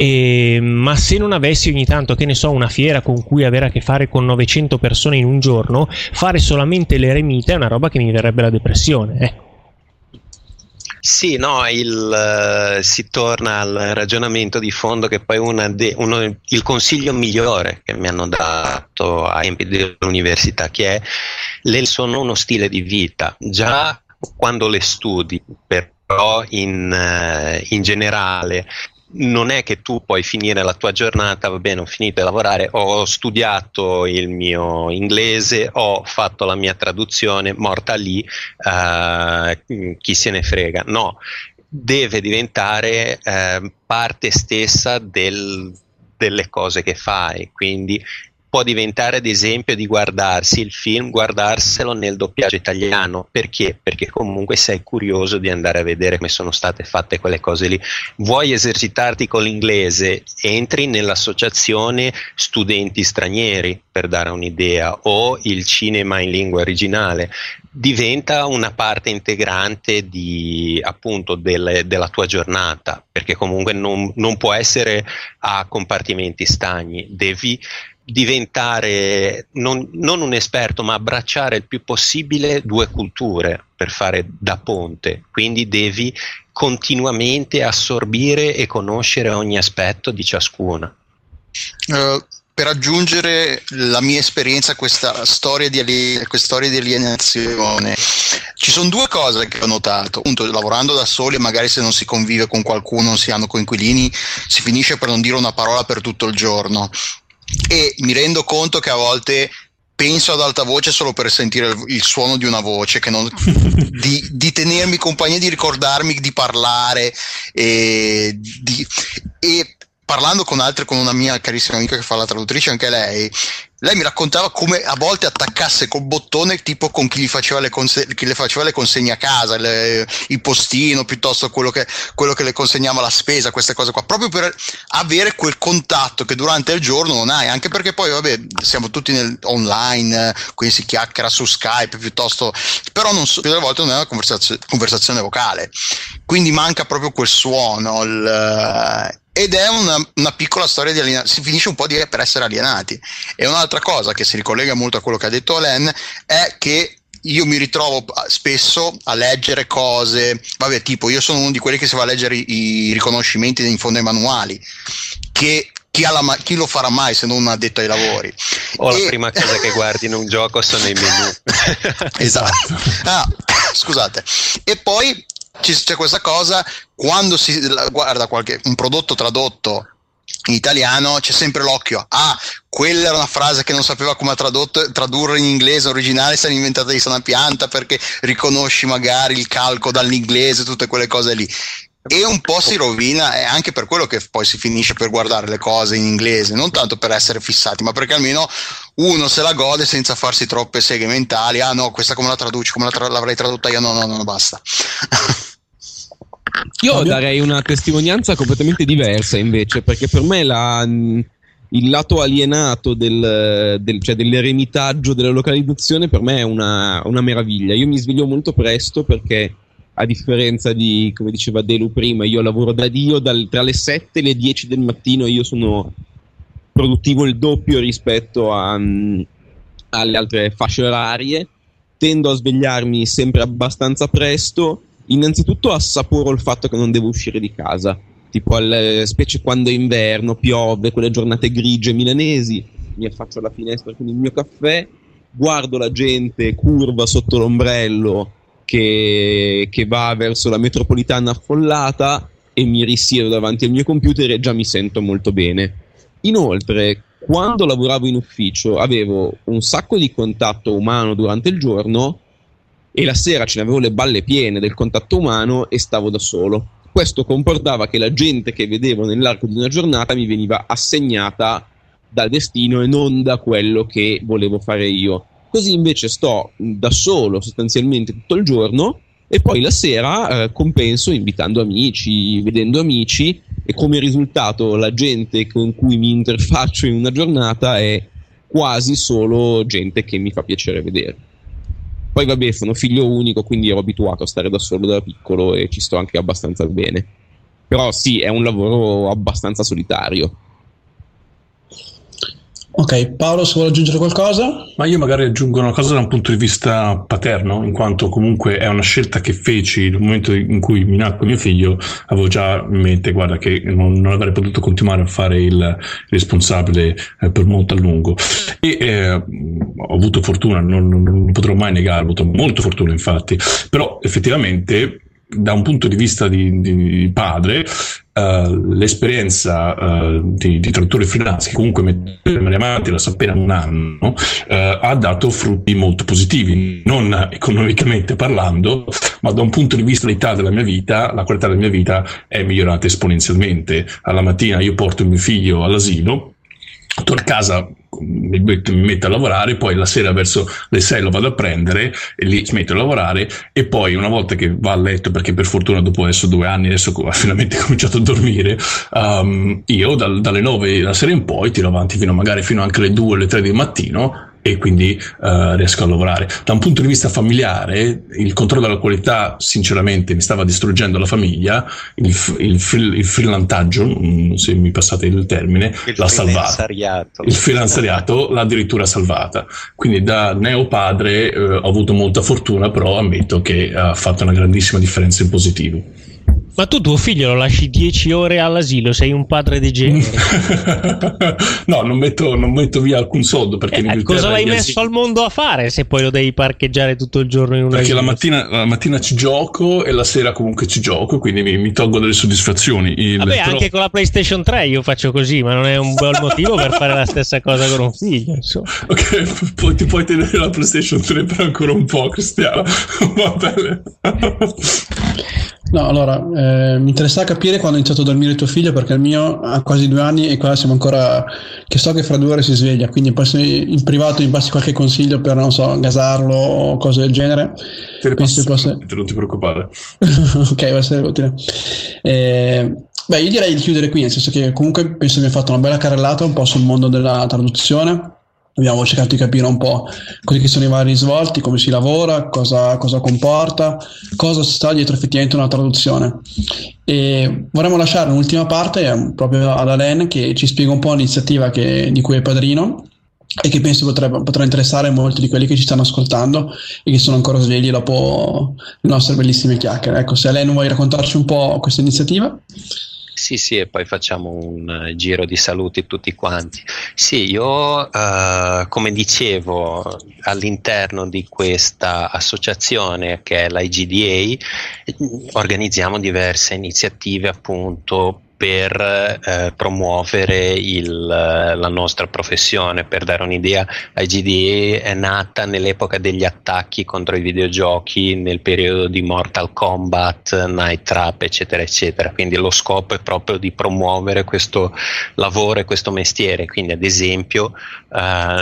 eh, ma se non avessi ogni tanto, che ne so, una fiera con cui avere a che fare con novecento persone in un giorno, fare solamente l'eremita è una roba che mi verrebbe la depressione, eh. Sì, no, il, uh, si torna al ragionamento di fondo che poi una de, uno, il consiglio migliore che mi hanno dato ai tempi dell'università, che è le sono uno stile di vita, già quando le studi, però in, uh, in generale non è che tu puoi finire la tua giornata, va bene, ho finito di lavorare, ho studiato il mio inglese, ho fatto la mia traduzione, morta lì, uh, chi se ne frega. No, deve diventare uh, parte stessa del, delle cose che fai, quindi può diventare ad esempio di guardarsi il film, guardarselo nel doppiaggio italiano. Perché? Perché comunque sei curioso di andare a vedere come sono state fatte quelle cose lì. Vuoi esercitarti con l'inglese? Entri nell'associazione studenti stranieri, per dare un'idea, o il cinema in lingua originale. Diventa una parte integrante di, appunto, del, della tua giornata, perché comunque non, non può essere a compartimenti stagni, devi diventare non, non un esperto, ma abbracciare il più possibile due culture per fare da ponte, quindi devi continuamente assorbire e conoscere ogni aspetto di ciascuna. Uh, per aggiungere la mia esperienza a questa storia di, ali- questa storia di alienazione, ci sono due cose che ho notato. Appunto, lavorando da soli, magari se non si convive con qualcuno, non si hanno coinquilini, si finisce per non dire una parola per tutto il giorno. E mi rendo conto che a volte penso ad alta voce solo per sentire il, il suono di una voce, che non, di, di tenermi compagnia, di ricordarmi di parlare, e, di, e parlando con altre, con una mia carissima amica che fa la traduttrice, anche lei, lei mi raccontava come a volte attaccasse col bottone tipo con chi gli faceva le, conse- chi le, faceva le consegne a casa, le, il postino, piuttosto quello che, quello che le consegnava la spesa, queste cose qua, proprio per avere quel contatto che durante il giorno non hai, anche perché poi vabbè siamo tutti nel online, quindi si chiacchiera su Skype piuttosto, però non so, più delle volte non è una conversazio- conversazione vocale, quindi manca proprio quel suono, il, ed è una, una piccola storia di alienazione, si finisce un po' di per essere alienati. E un'altra cosa che si ricollega molto a quello che ha detto Len è che io mi ritrovo spesso a leggere cose, vabbè, tipo io sono uno di quelli che si va a leggere i, i riconoscimenti in fondo ai manuali, che chi, ha la, chi lo farà mai se non un addetto ai lavori? O e... la prima cosa che guardi in un gioco sono i menu. Esatto. Ah, scusate. E poi c'è questa cosa, quando si guarda qualche un prodotto tradotto in italiano c'è sempre l'occhio, ah, quella era una frase che non sapeva come tradotto, tradurre in inglese originale, se l'ha inventata di sana pianta perché riconosci magari il calco dall'inglese, tutte quelle cose lì, e un po' si rovina, è anche per quello che poi si finisce per guardare le cose in inglese, non tanto per essere fissati, ma perché almeno uno se la gode senza farsi troppe seghe mentali, ah no, questa come la traduci, come la tra- l'avrei tradotta io, no no no, basta. Io darei una testimonianza completamente diversa invece, perché per me la, il lato alienato del, del, cioè dell'eremitaggio della localizzazione per me è una, una meraviglia. Io mi sveglio molto presto perché, a differenza di, come diceva Delu prima, io lavoro da Dio, dal, tra le sette e le dieci del mattino io sono produttivo il doppio rispetto a, alle altre fasce orarie, tendo a svegliarmi sempre abbastanza presto. Innanzitutto assaporo il fatto che non devo uscire di casa, tipo al, specie quando è inverno, piove, quelle giornate grigie milanesi, mi affaccio alla finestra con il mio caffè, guardo la gente curva sotto l'ombrello che, che va verso la metropolitana affollata e mi risiedo davanti al mio computer e già mi sento molto bene. Inoltre, quando lavoravo in ufficio avevo un sacco di contatto umano durante il giorno e la sera ce ne avevo le balle piene del contatto umano e stavo da solo. Questo comportava che la gente che vedevo nell'arco di una giornata mi veniva assegnata dal destino e non da quello che volevo fare io. Così invece sto da solo sostanzialmente tutto il giorno e poi la sera eh, compenso invitando amici, vedendo amici, e come risultato la gente con cui mi interfaccio in una giornata è quasi solo gente che mi fa piacere vedere. Poi vabbè, sono figlio unico, quindi ero abituato a stare da solo da piccolo e ci sto anche abbastanza bene. Però sì, è un lavoro abbastanza solitario. Ok, Paolo, se vuole aggiungere qualcosa? Ma io magari aggiungo una cosa da un punto di vista paterno, in quanto comunque è una scelta che feci nel momento in cui mi nacque mio figlio. Avevo già in mente, guarda, che non, non avrei potuto continuare a fare il responsabile eh, per molto a lungo, e eh, ho avuto fortuna, non, non, non potrò mai negare, ho avuto molta fortuna infatti, però effettivamente da un punto di vista di, di padre, uh, l'esperienza uh, di, di traduttore freelance, che comunque mi è avanti da appena un anno, uh, ha dato frutti molto positivi, non economicamente parlando, ma da un punto di vista dell'età della mia vita, la qualità della mia vita è migliorata esponenzialmente. Alla mattina io porto mio figlio all'asilo, torno a casa, mi metto a lavorare, poi la sera verso le sei lo vado a prendere e lì smetto di lavorare, e poi una volta che va a letto, perché per fortuna dopo adesso due anni adesso ha finalmente cominciato a dormire, um, io dal, dalle nove la sera in poi tiro avanti fino magari fino anche alle due, alle tre del mattino, e quindi uh, riesco a lavorare. Da un punto di vista familiare, il controllo della qualità sinceramente mi stava distruggendo la famiglia. Il, il, il freelantaggio, se mi passate il termine, il l'ha salvata. Il freelanceriato l'ha addirittura salvata. Quindi da neopadre eh, ho avuto molta fortuna, però ammetto che ha fatto una grandissima differenza in positivo. Ma tu tuo figlio lo lasci dieci ore all'asilo, sei un padre degenere. No, non metto, non metto via alcun soldo, perché eh, cosa l'hai messo asili... al mondo a fare se poi lo devi parcheggiare tutto il giorno in un perché asilo? la mattina, la mattina ci gioco e la sera comunque ci gioco, quindi mi, mi tolgo delle soddisfazioni. Il, Vabbè, però... anche con la PlayStation tre io faccio così, ma non è un buon motivo per fare la stessa cosa con un figlio, insomma. Ok, poi ti puoi tenere la PlayStation tre per ancora un po', Cristiano. Va bene. No, allora, eh, mi interessa capire quando ha iniziato a dormire tuo figlio, perché il mio ha quasi due anni e qua siamo ancora, che so che fra due ore si sveglia, quindi poi se in privato mi passi qualche consiglio per, non so, gasarlo o cose del genere. Te le passo, possa... non ti preoccupare. Ok, va a essere utile. Eh, beh, io direi di chiudere qui, nel senso che comunque penso che abbiamo fatto una bella carrellata un po' sul mondo della traduzione. Abbiamo cercato di capire un po' quelli che sono i vari risvolti, come si lavora, cosa, cosa comporta, cosa si sta dietro effettivamente una traduzione. E vorremmo lasciare un'ultima parte eh, proprio ad Alain, che ci spiega un po' l'iniziativa che, di cui è padrino e che penso potrebbe, potrà interessare molti di quelli che ci stanno ascoltando e che sono ancora svegli dopo le nostre bellissime chiacchiere. Ecco, se Alain vuoi raccontarci un po' questa iniziativa? Sì, sì, e poi facciamo un uh, giro di saluti tutti quanti. Sì, io uh, come dicevo, all'interno di questa associazione che è l'I G D A organizziamo diverse iniziative appunto per eh, promuovere il, la nostra professione. Per dare un'idea, I G D A è nata nell'epoca degli attacchi contro i videogiochi, nel periodo di Mortal Kombat, Night Trap, eccetera eccetera, quindi lo scopo è proprio di promuovere questo lavoro e questo mestiere. Quindi ad esempio eh,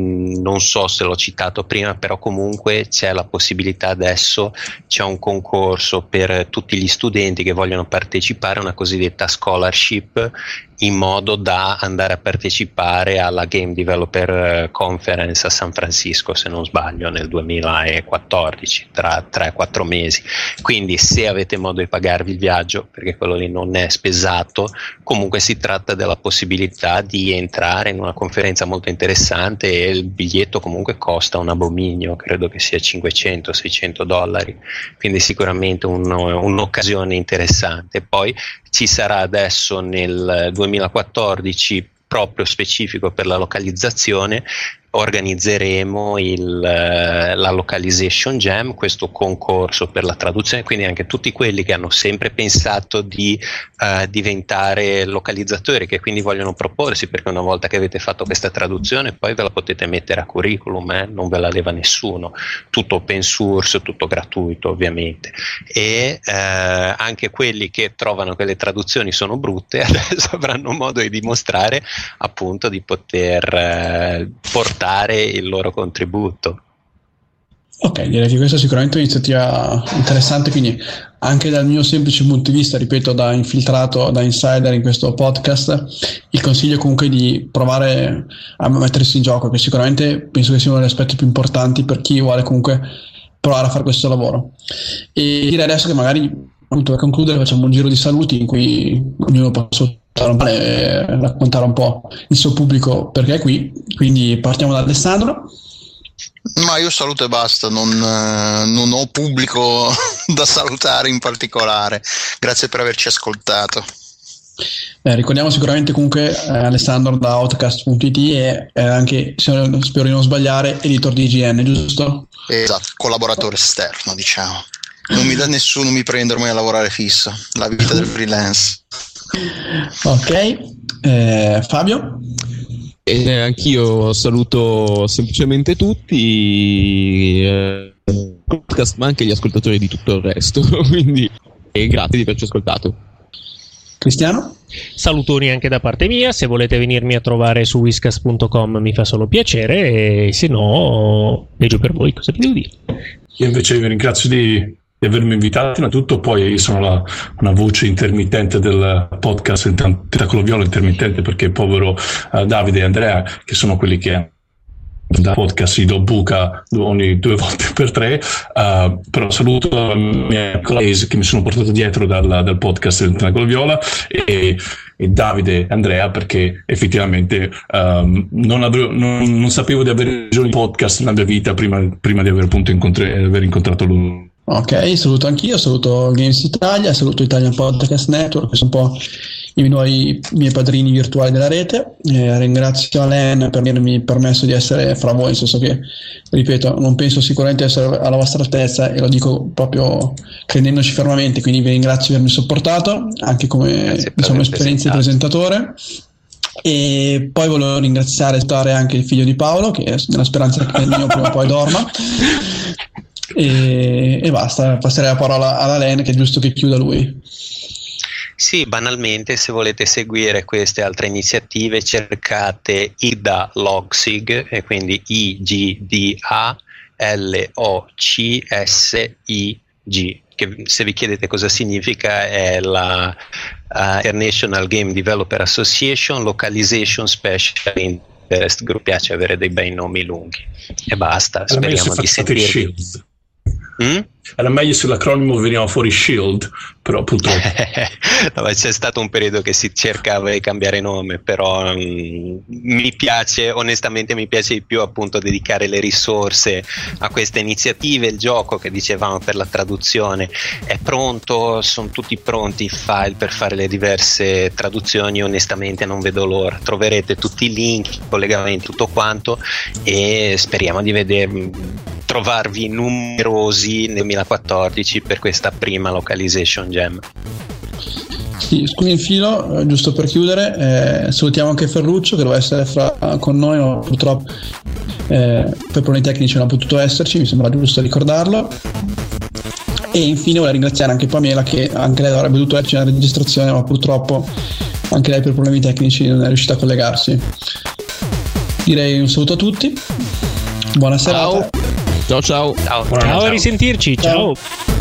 non so se l'ho citato prima, però comunque c'è la possibilità adesso, c'è un concorso per tutti gli studenti che vogliono partecipare a una cosiddetta scholarship, in modo da andare a partecipare alla Game Developer Conference a San Francisco, se non sbaglio, nel duemilaquattordici, tra tre quattro mesi. Quindi se avete modo di pagarvi il viaggio, perché quello lì non è spesato, comunque si tratta della possibilità di entrare in una conferenza molto interessante e il biglietto comunque costa un abominio, credo che sia cinquecento seicento dollari, quindi sicuramente un, un'occasione interessante. Poi ci sarà adesso nel duemilaquattordici, proprio specifico per la localizzazione, organizzeremo il, la Localization Jam, questo concorso per la traduzione, quindi anche tutti quelli che hanno sempre pensato di uh, diventare localizzatori, che quindi vogliono proporsi, perché una volta che avete fatto questa traduzione poi ve la potete mettere a curriculum, eh? Non ve la leva nessuno, tutto open source, tutto gratuito ovviamente, e uh, anche quelli che trovano che le traduzioni sono brutte adesso avranno modo di dimostrare appunto di poter uh, portare il loro contributo. Ok, direi che questa è sicuramente un'iniziativa interessante, quindi anche dal mio semplice punto di vista, ripeto, da infiltrato, da insider in questo podcast, il consiglio è comunque di provare a mettersi in gioco, perché sicuramente penso che sia uno degli aspetti più importanti per chi vuole comunque provare a fare questo lavoro. E direi adesso che magari, appunto, per concludere, facciamo un giro di saluti in cui ognuno può e raccontare un po' il suo pubblico perché è qui, quindi partiamo da Alessandro. Ma io saluto e basta, non, eh, non ho pubblico da salutare in particolare. Grazie per averci ascoltato. Beh, ricordiamo sicuramente comunque eh, Alessandro da outcast punto it e eh, anche, se, spero di non sbagliare, editor di I G N, giusto? Esatto, collaboratore esterno, diciamo. Non mi dà nessuno mi prende ormai a lavorare fisso, la vita del freelance. Ok, eh, Fabio? Eh, anch'io saluto semplicemente tutti, eh, podcast, ma anche gli ascoltatori di tutto il resto, quindi eh, grazie di averci ascoltato. Cristiano? Salutoni anche da parte mia, se volete venirmi a trovare su whiskas punto com mi fa solo piacere, e se no leggo per voi, cosa vi devo dire. Io invece vi ringrazio di di avermi invitato. Innanzitutto, poi io sono la, una voce intermittente del podcast, il tentacolo viola intermittente, perché povero uh, Davide e Andrea, che sono quelli che da podcast si do buca ogni due volte per tre, uh, però saluto la mia collega che mi sono portato dietro dal, dal podcast del tentacolo viola, e e Davide e Andrea, perché effettivamente um, non, avevo, non, non sapevo di avere un podcast nella mia vita prima, prima di aver appunto incontre, aver incontrato lui. Ok, saluto anch'io, saluto Games Italia, saluto Italian Podcast Network, che sono un po' i nuovi i miei padrini virtuali della rete. Eh, ringrazio Alain per avermi permesso di essere fra voi, nel senso che, ripeto, non penso sicuramente essere alla vostra altezza, e lo dico proprio credendoci fermamente, quindi vi ringrazio di avermi sopportato, anche come diciamo, esperienza di presentatore. E poi volevo ringraziare e salutare anche il figlio di Paolo, che è nella speranza che il mio prima o poi dorma. e, e basta, passerei la parola alla Len, che è giusto che chiuda lui. Sì, banalmente, se volete seguire queste altre iniziative cercate I D A Logsig, e quindi I G D A L O C S I G, che se vi chiedete cosa significa è la uh, International Game Developer Association Localization Special Interest Group. Piace avere dei bei nomi lunghi. E basta, Era speriamo di sentirvi. Mm? Era meglio se l'acronimo veniva fuori Shield, però purtroppo no, c'è stato un periodo che si cercava di cambiare nome, però um, mi piace, onestamente mi piace di più appunto dedicare le risorse a queste iniziative. Il gioco, che dicevamo, per la traduzione è pronto, sono tutti pronti i file per fare le diverse traduzioni, onestamente non vedo l'ora. Troverete tutti i link, i collegamenti, tutto quanto, e speriamo di vedere, trovarvi numerosi nel duemilaquattordici per questa prima Localization Jam. Sì, scusi il filo, eh, giusto per chiudere, eh, salutiamo anche Ferruccio, che doveva essere fra, con noi, ma purtroppo eh, per problemi tecnici non ha potuto esserci, mi sembra giusto ricordarlo. E infine vorrei ringraziare anche Pamela, che anche lei avrebbe dovuto esserci nella registrazione, ma purtroppo anche lei per problemi tecnici non è riuscita a collegarsi. Direi un saluto a tutti, buona serata. Ciao ciao. Ciao, Ciao, a risentirci, ciao. Ciao.